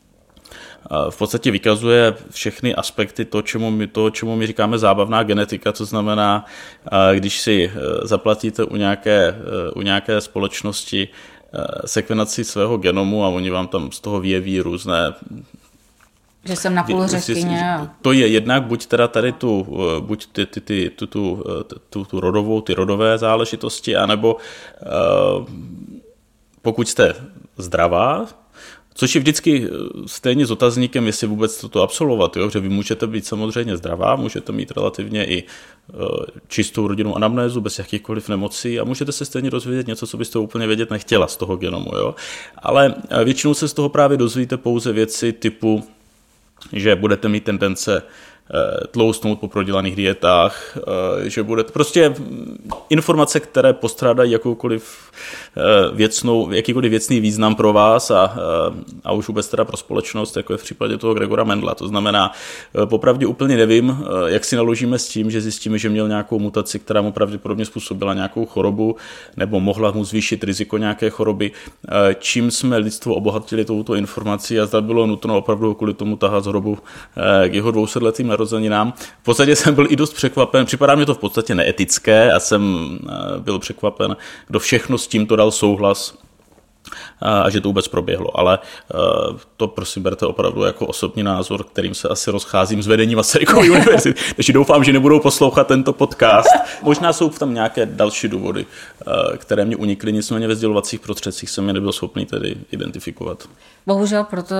v podstatě vykazuje všechny aspekty toho, čemu my, toho, čemu my říkáme zábavná genetika, to znamená, když si zaplatíte u nějaké, u nějaké společnosti sekvenaci svého genomu a oni vám tam z toho vyjeví různé... Že jsem na půl řeštině. To je jednak buď teda tady tu, buď ty, ty, ty, tu, tu, tu, tu rodovou, ty rodové záležitosti, anebo uh, pokud jste zdravá, což je vždycky stejně s otazníkem, jestli vůbec toto absolvovat, jo? Že vy můžete být samozřejmě zdravá, můžete mít relativně i uh, čistou rodinnou anamnézu bez jakýchkoliv nemocí a můžete se stejně dozvědět něco, co byste úplně vědět nechtěla z toho genomu. Jo? Ale většinou se z toho právě dozvíte pouze věci typu, že budete mít tendence tloustnout po prodělaných dietách, že bude prostě informace, které postrádají jakoukoliv věcnou, jakýkoliv věcný význam pro vás a, a už vůbec teda pro společnost, jako je v případě toho Gregora Mendla. To znamená, popravdě úplně nevím, jak si naložíme s tím, že zjistíme, že měl nějakou mutaci, která mu pravděpodobně způsobila nějakou chorobu nebo mohla mu zvýšit riziko nějaké choroby, čím jsme lidstvo obohatili touto informací a zda bylo nutno opravdu kvůli tomu tahat z hrobu k jeho dvousetletým narozeninám. V podstatě jsem byl i dost překvapen, připadá mě to v podstatě neetické a jsem byl překvapen, kdo všechno s tímto dal souhlas a že to vůbec proběhlo, ale to prosím berte opravdu jako osobní názor, kterým se asi rozcházím s vedením Masarykovy univerzity, takže doufám, že nebudou poslouchat tento podcast. Možná jsou tam nějaké další důvody, které mě unikly, nicméně ve sdělovacích prostředcích jsem je nebyl schopný tedy identifikovat. Bohužel proto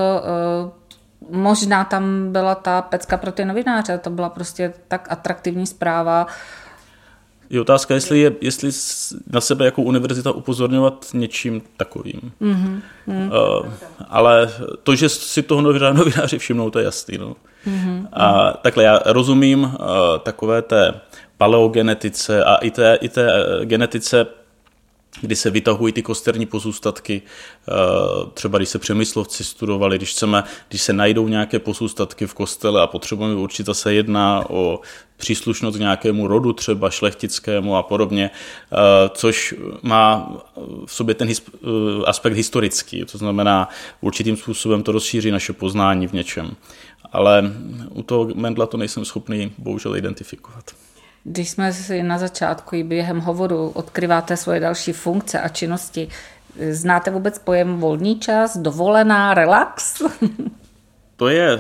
možná tam byla ta pecka pro ty novináře, to byla prostě tak atraktivní zpráva. Je otázka, jestli, je, jestli na sebe jako univerzita upozorňovat něčím takovým. Mm-hmm. Uh, ale to, že si toho novináři všimnou, to je jasný. No. Mm-hmm. A takhle já rozumím uh, takové té paleogenetice a i té, i té genetice, kdy se vytahují ty kosterní pozůstatky, třeba když se Přemyslovci studovali, když, chceme, když se najdou nějaké pozůstatky v kostele a potřebujeme určitě, zase jedná o příslušnost k nějakému rodu, třeba šlechtickému a podobně, což má v sobě ten aspekt historický, to znamená určitým způsobem to rozšíří naše poznání v něčem. Ale u toho Mendla to nejsem schopný bohužel identifikovat. Když jsme si na začátku i během hovoru odkryváte svoje další funkce a činnosti, znáte vůbec pojem volný čas, dovolená, relax? To je,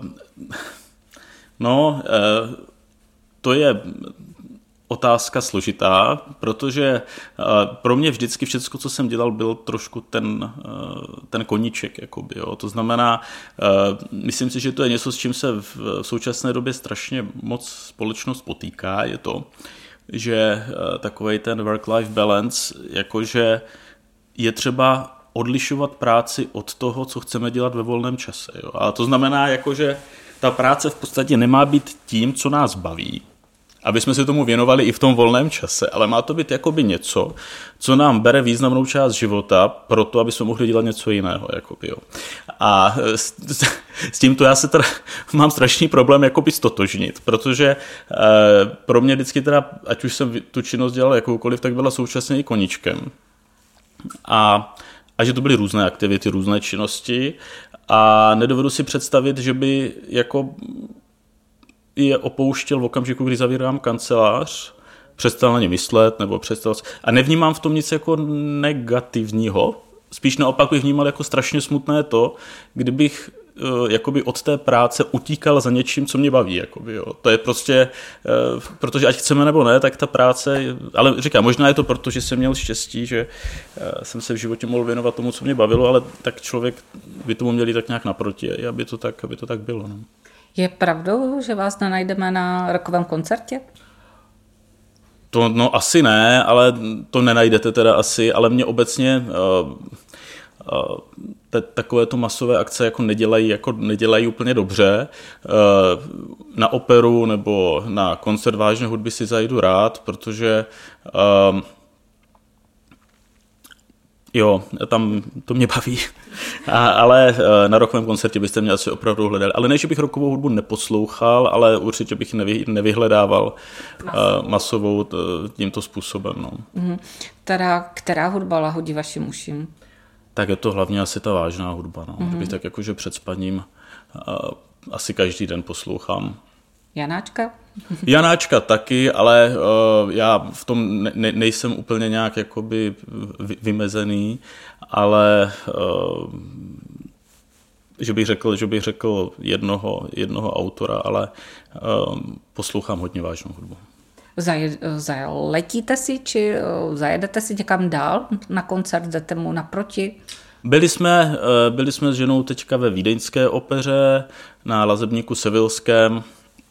no, to je otázka složitá, protože pro mě vždycky všechno, co jsem dělal, byl trošku ten, ten koníček. Jakoby, jo. To znamená, myslím si, že to je něco, s čím se v současné době strašně moc společnost potýká, je to, že takovej ten work-life balance, jakože je třeba odlišovat práci od toho, co chceme dělat ve volném čase. Jo. A to znamená, jakože ta práce v podstatě nemá být tím, co nás baví, aby jsme se tomu věnovali i v tom volném čase, ale má to být jakoby něco, co nám bere významnou část života, proto, aby jsme mohli dělat něco jiného. Jakoby, jo. A s, s tímto já se teda mám strašný problém jakoby stotožnit, protože eh, pro mě vždycky teda, ať už jsem tu činnost dělal jakoukoliv, tak byla současně i koníčkem. A, a že to byly různé aktivity, různé činnosti a nedovedu si představit, že by jako je opouštěl v okamžiku, kdy zavírám kancelář, přestal na ně myslet, nebo přestal... A nevnímám v tom nic jako negativního, spíš naopak bych vnímal jako strašně smutné to, kdybych jakoby od té práce utíkal za něčím, co mě baví. Jakoby, jo. To je prostě, protože ať chceme nebo ne, tak ta práce, ale říkám, možná je to proto, že jsem měl štěstí, že jsem se v životě mohl věnovat tomu, co mě bavilo, ale tak člověk by tomu měli tak nějak naproti, aby to tak, aby to tak bylo. No. Je pravdou, že vás nenajdeme na rokovém koncertě? To no asi ne, ale to nenajdete teda asi, ale mě obecně uh, uh, te, takovéto masové akce jako nedělají, jako nedělají úplně dobře. Uh, na operu nebo na koncert vážné hudby si zajdu rád, protože uh, jo, tam to mě baví, a, ale na rokovém koncertě byste mě asi opravdu hledali. Ale ne, že bych rokovou hudbu neposlouchal, ale určitě bych nevy, nevyhledával masovou, masovou tímto způsobem. No. Mm, teda, která hudba lahodí vašim uším? Tak je to hlavně asi ta vážná hudba. No. Mm. Kdybych tak jakože před spaním asi každý den poslouchám. Janáčka? Janáčka taky, ale uh, já v tom ne, nejsem úplně nějak jakoby vymezený, ale uh, že bych řekl, že bych řekl jednoho, jednoho autora, ale uh, poslouchám hodně vážnou hudbu. Zaletíte si, či zajedete si někam dál na koncert, jdete mu naproti? Byli jsme, uh, byli jsme s ženou teďka ve vídeňské opeře na Lazebníku Sevilském,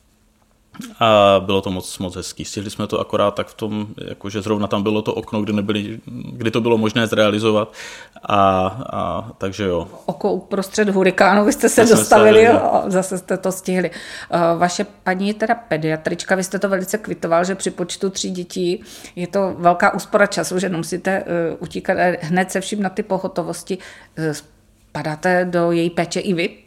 a bylo to moc, moc hezký. Stihli jsme to akorát tak v tom, jakože zrovna tam bylo to okno, kdy, nebyli, kdy to bylo možné zrealizovat. A, a takže jo. Oko uprostřed hurikánu, vy jste se to dostavili a zase jste to stihli. Vaše paní je teda pediatrička, vy jste to velice kvitoval, že při počtu tří dětí je to velká úspora času, že nemusíte utíkat hned se vším na ty pohotovosti. Padáte do její péče i vy?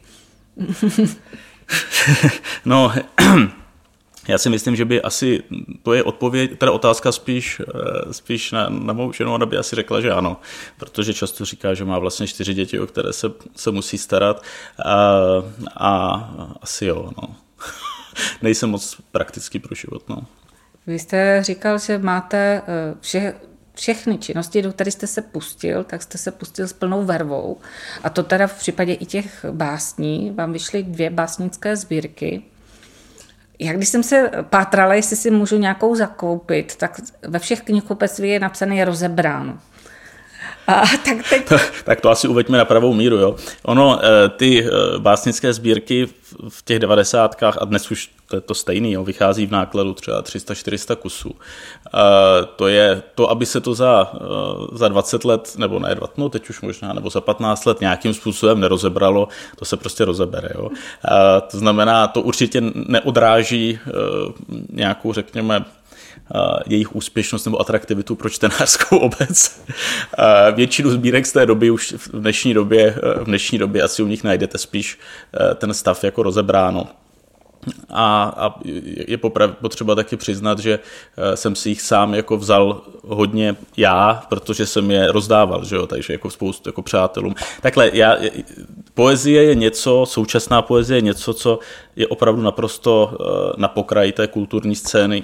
No... Já si myslím, že by asi, to je odpověď, teda otázka spíš, spíš na, na mou ženu, ona by asi řekla, že ano, protože často říká, že má vlastně čtyři děti, o které se, se musí starat a, a asi jo, no. Nejsem moc praktický pro život, no. Vy jste říkal, že máte vše, všechny činnosti, do kterých jste se pustil, tak jste se pustil s plnou vervou a to teda v případě i těch básní, vám vyšly dvě básnické sbírky. Jak když jsem se pátrala, jestli si můžu nějakou zakoupit, tak ve všech knihkupectví je napsané Rozebráno. A, tak, teď... tak to asi uveďme na pravou míru. Jo. Ono, ty básnické sbírky v těch devadesátkách, a dnes už to je to stejný, jo, vychází v nákladu třeba tři sta čtyři sta kusů. To je to, aby se to za, za dvacet let, nebo ne, no teď už možná, nebo za patnáct let nějakým způsobem nerozebralo, to se prostě rozebere. Jo. To znamená, to určitě neodráží nějakou, řekněme, jejich úspěšnost nebo atraktivitu pro čtenářskou obec. Většinu sbírek z té doby už v dnešní době, v dnešní době asi u nich najdete spíš ten stav jako Rozebráno. A, a je potřeba taky přiznat, že jsem si jich sám jako vzal hodně já, protože jsem je rozdával, že jo? Takže jako spoustu jako přátelům. Takhle, já, poezie je něco, současná poezie je něco, co je opravdu naprosto na pokraji té kulturní scény.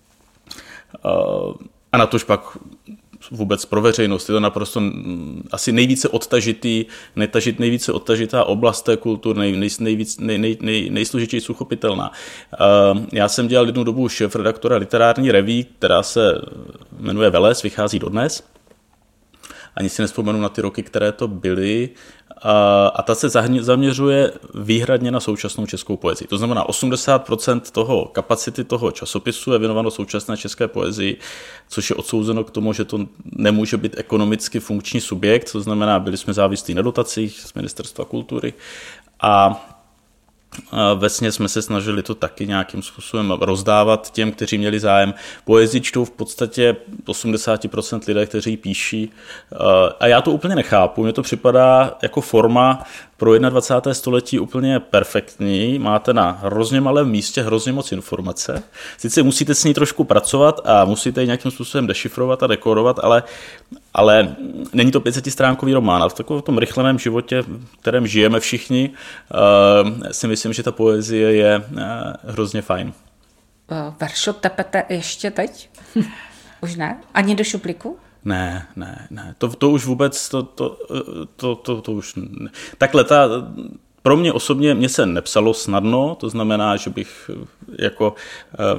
A na tož pak vůbec pro veřejnost je to naprosto asi nejvíce odtažitý, netažit, nejvíce odtažitá oblast té kultury, nej, nej, nejvíc, nej, nej, nej, nejsložitěji uchopitelná. Já jsem dělal jednu dobu šéfredaktora literární reví, která se jmenuje Veles, vychází dodnes. Ani si nevzpomenu na ty roky, které to byly. A ta se zaměřuje výhradně na současnou českou poezii. To znamená, osmdesát procent toho kapacity toho časopisu je věnováno současné české poezii, což je odsouzeno k tomu, že to nemůže být ekonomicky funkční subjekt, to znamená, byli jsme závislí na dotacích z Ministerstva kultury a vesně jsme se snažili to taky nějakým způsobem rozdávat těm, kteří měli zájem. Poezii čtou v podstatě osmdesát procent lidé, kteří píší. A já to úplně nechápu. Mně to připadá jako forma pro dvacátého prvního století úplně perfektní. Máte na hrozně malém místě hrozně moc informace. Sice musíte s ní trošku pracovat a musíte ji nějakým způsobem dešifrovat a dekorovat, ale, ale není to pětsetstránkový román. A v takovém tom rychleném životě, v kterém žijeme všichni, si myslím, že ta poezie je hrozně fajn. Veršo tepete ještě teď? Už ne? Ani do šuplíku? Ne, ne, ne. To, to už vůbec, to, to, to, to, to už ne. Takhle ta pro mě osobně, mě se nepsalo snadno, to znamená, že bych jako uh,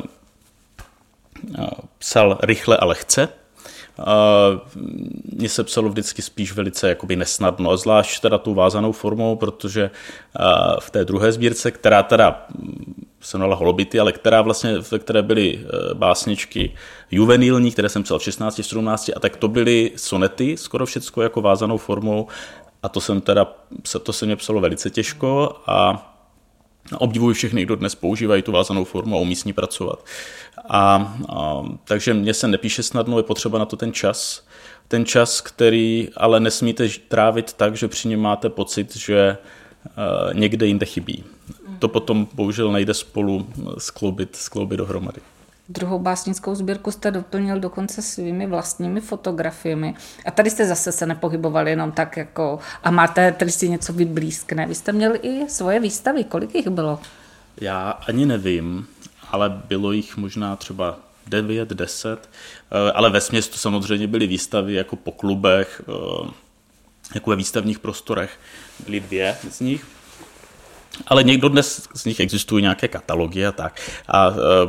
uh, psal rychle a lehce. Uh, mně se psalo vždycky spíš velice jakoby nesnadno, zvlášť teda tou vázanou formou, protože uh, v té druhé sbírce, která teda se jmenovala Holobity, ale která vlastně, ve které byly uh, básničky juvenilní, které jsem psal v šestnácti, v sedmnácti, a tak to byly sonety, skoro všecko jako vázanou formou, a to jsem teda, to se mě psalo velice těžko a obdivuji všechny, kdo dnes používají tu vázanou formu a umí s ní pracovat. A, a, takže mně se nepíše snadno, je potřeba na to ten čas. Ten čas, který ale nesmíte trávit tak, že při něm máte pocit, že uh, někde jinde chybí. To potom bohužel nejde spolu skloubit, skloubit dohromady. Druhou básnickou sbírku jste doplnil dokonce svými vlastními fotografiemi. A tady jste zase se nepohybovali jenom tak jako a máte, tady si něco vyblízkne. Vy jste měli i svoje výstavy, kolik jich bylo? Já ani nevím, ale bylo jich možná třeba devět, deset, ale vesměs to samozřejmě byly výstavy jako po klubech, jako ve výstavních prostorech. Byly dvě z nich. Ale někdo dnes z nich existují nějaké katalogy a tak. A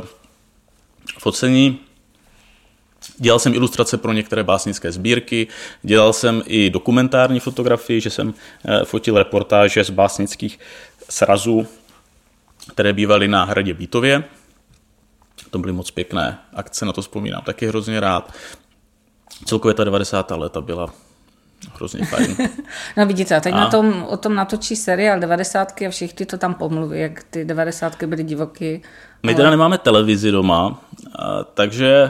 focení, dělal jsem ilustrace pro některé básnické sbírky, dělal jsem i dokumentární fotografii, že jsem fotil reportáže z básnických srazů, které bývaly na hradě Bítově. To byly moc pěkné akce, na to vzpomínám taky hrozně rád. Celkově ta devadesátá léta byla hrozně fajn. No vidíte, a teď a? Na tom, o tom natočí seriál devadesátky a všichni to tam pomluví, jak ty devadesátky byly divoký. My teda nemáme televizi doma, takže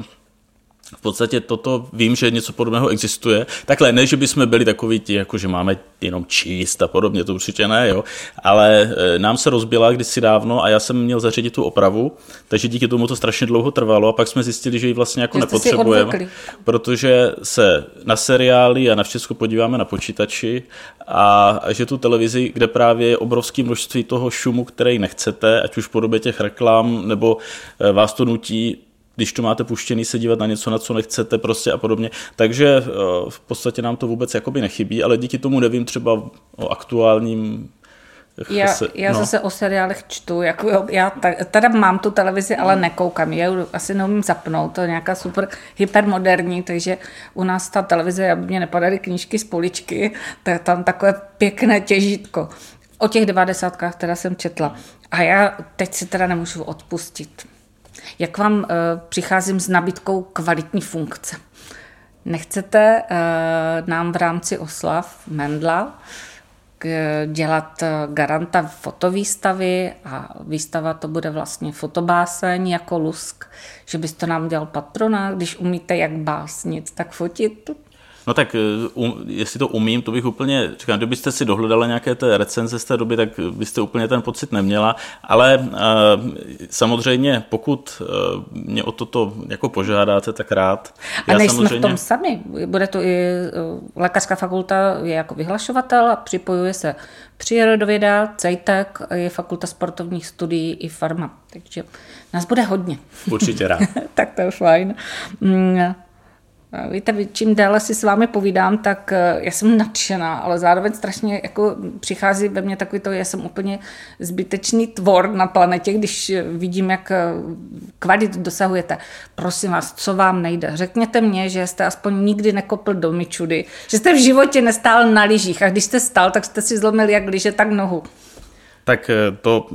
v podstatě toto vím, že něco podobného existuje. Takhle, ne, že bychom byli takoví ti, jako že máme jenom číst a podobně, to určitě ne, jo. Ale nám se rozbila kdysi dávno a já jsem měl zařídit tu opravu, takže díky tomu to strašně dlouho trvalo a pak jsme zjistili, že ji vlastně jako nepotřebujeme, protože se na seriály a na všechno podíváme na počítači a že tu televizi, kde právě je obrovské množství toho šumu, který nechcete, ať už v podobě těch reklam, nebo vás to nutí, když to máte puštěný, se dívat na něco, na co nechcete prostě a podobně. Takže v podstatě nám to vůbec jakoby nechybí, ale díky tomu nevím třeba o aktuálním... Já, já no. zase o seriálech čtu, jako já teda mám tu televizi, ale nekoukám, já asi neumím zapnout, to je nějaká super hypermoderní, takže u nás ta televize, aby mě nepadaly knížky z poličky, tak tam takové pěkné těžítko. O těch devadesátkách teda jsem četla. A já teď si teda nemůžu odpustit. Jak vám uh, přicházím s nabídkou kvalitní funkce. Nechcete uh, nám v rámci oslav Mendla k, dělat uh, garanta fotovýstavy a výstava to bude vlastně fotobáseň jako lusk, že byste nám dělal patrona, když umíte jak básnit, tak fotit? No tak um, jestli to umím, to bych úplně, říkám, kdybyste si dohledala nějaké té recenze z té doby, tak byste úplně ten pocit neměla, ale uh, samozřejmě, pokud uh, mě o toto jako požádáte, tak rád. A nejsme samozřejmě... v tom sami, bude to i uh, lékařská fakulta je jako vyhlašovatel a připojuje se přírodověda, CEJTEK, je fakulta sportovních studií i farma, takže nás bude hodně. Určitě rád. Tak to je fajn. Mm. Víte, čím déle si s vámi povídám, tak já jsem nadšená, ale zároveň strašně jako přichází ve mně takový to, já jsem úplně zbytečný tvor na planetě, když vidím, jak kvalit dosahujete. Prosím vás, co vám nejde? Řekněte mně, že jste aspoň nikdy nekopl do Mičudy, že jste v životě nestál na lyžích a když jste stál, tak jste si zlomil jak lyže, tak nohu. Tak to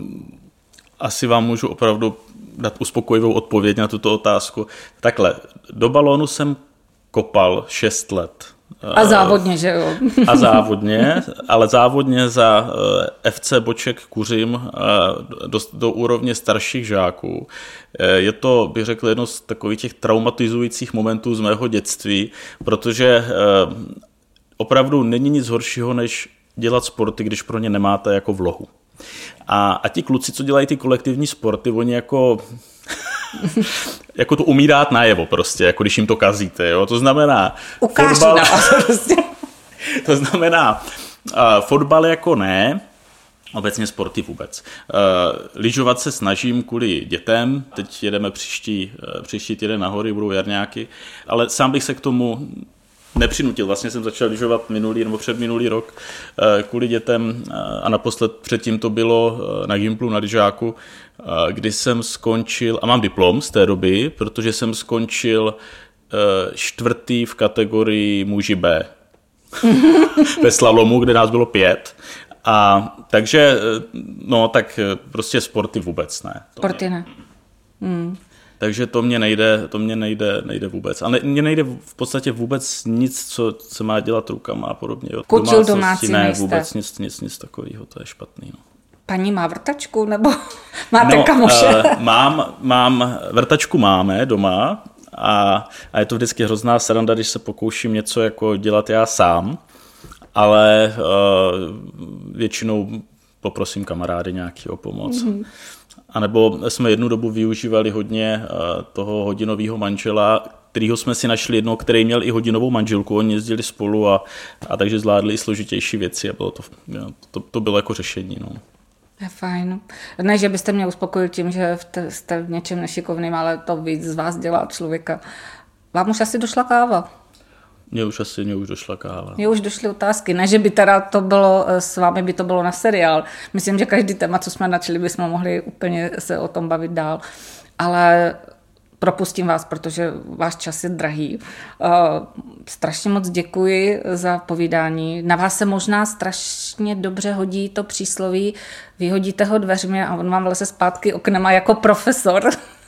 asi vám můžu opravdu dát uspokojivou odpověď na tuto otázku. Takhle, do balónu jsem kopal šest let. A závodně, že jo? A závodně, ale závodně za F C Boček Kuřim do, do úrovně starších žáků. Je to, bych řekl, jedno z takových těch traumatizujících momentů z mého dětství, protože opravdu není nic horšího, než dělat sporty, když pro ně nemáte jako vlohu. A, a ti kluci, co dělají ty kolektivní sporty, oni jako... jako to umí dát najevo prostě, jako když jim to kazíte, jo. To znamená... Ukáž fotbal, nás prostě. To znamená, uh, fotbal jako ne, obecně sporty vůbec. Uh, lyžovat se snažím kvůli dětem, teď jedeme příští, uh, příští týden nahory, budou jarňáky, ale sám bych se k tomu nepřinutil. Vlastně jsem začal lyžovat minulý nebo předminulý rok kvůli dětem a naposled předtím to bylo na Gimplu, na lyžáku, kdy jsem skončil, a mám diplom z té doby, protože jsem skončil čtvrtý v kategorii muži B. Ve slalomu, kde nás bylo pět. A takže, no tak prostě sporty vůbec ne. Sporty ne. Hmm. Takže to mě nejde, to mě nejde, nejde vůbec. A ne, mně nejde v podstatě vůbec nic, co se má dělat rukama a podobně. Kutil domácí ne, nejste. Vůbec nic, nic, nic takového, to je špatný. No. Paní má vrtačku, nebo máte no, kamoše? Uh, mám, mám, vrtačku máme doma a, a je to vždycky hrozná sranda, když se pokouším něco jako dělat já sám, ale uh, většinou poprosím kamarády nějaký o pomoc. Mm-hmm. A nebo jsme jednu dobu využívali hodně uh, toho hodinového manžela, kterýho jsme si našli jednou, který měl i hodinovou manželku, oni jezdili spolu a, a takže zvládli i složitější věci a bylo to, to, to bylo jako řešení. No. Je fajn. Ne, že byste mě uspokojil tím, že jste v něčem nešikovným, ale to víc z vás dělá člověka. Vám už asi došla káva? Mně už asi mě už došla káva. Mně už došly otázky. Ne, že by teda to bylo, s vámi by to bylo na seriál. Myslím, že každý téma, co jsme načali, bychom mohli úplně se o tom bavit dál. Ale propustím vás, protože váš čas je drahý. Uh, strašně moc děkuji za povídání. Na vás se možná strašně dobře hodí to přísloví, vyhodíte ho dveřmi a on vám vleze zpátky oknama jako profesor.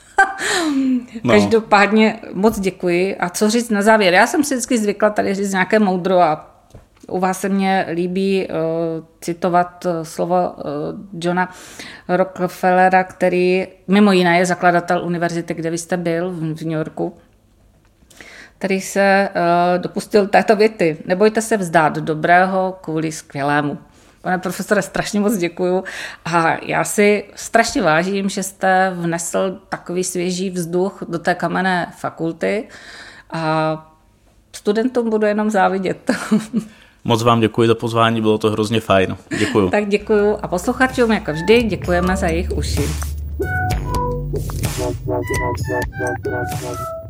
No. Každopádně moc děkuji. A co říct na závěr? Já jsem si vždycky zvykla tady říct nějaké moudro a u vás se mně líbí uh, citovat uh, slovo uh, Johna Rockefellera, který mimo jiné je zakladatel univerzity, kde vy jste byl v, v New Yorku, který se uh, dopustil této věty. Nebojte se vzdát dobrého kvůli skvělému. Pane profesore, strašně moc děkuju a já si strašně vážím, že jste vnesl takový svěží vzduch do té kamenné fakulty a studentům budu jenom závidět. Moc vám děkuji za pozvání, bylo to hrozně fajn. Děkuju. Tak děkuju a posluchačům jako vždy děkujeme za jejich uši.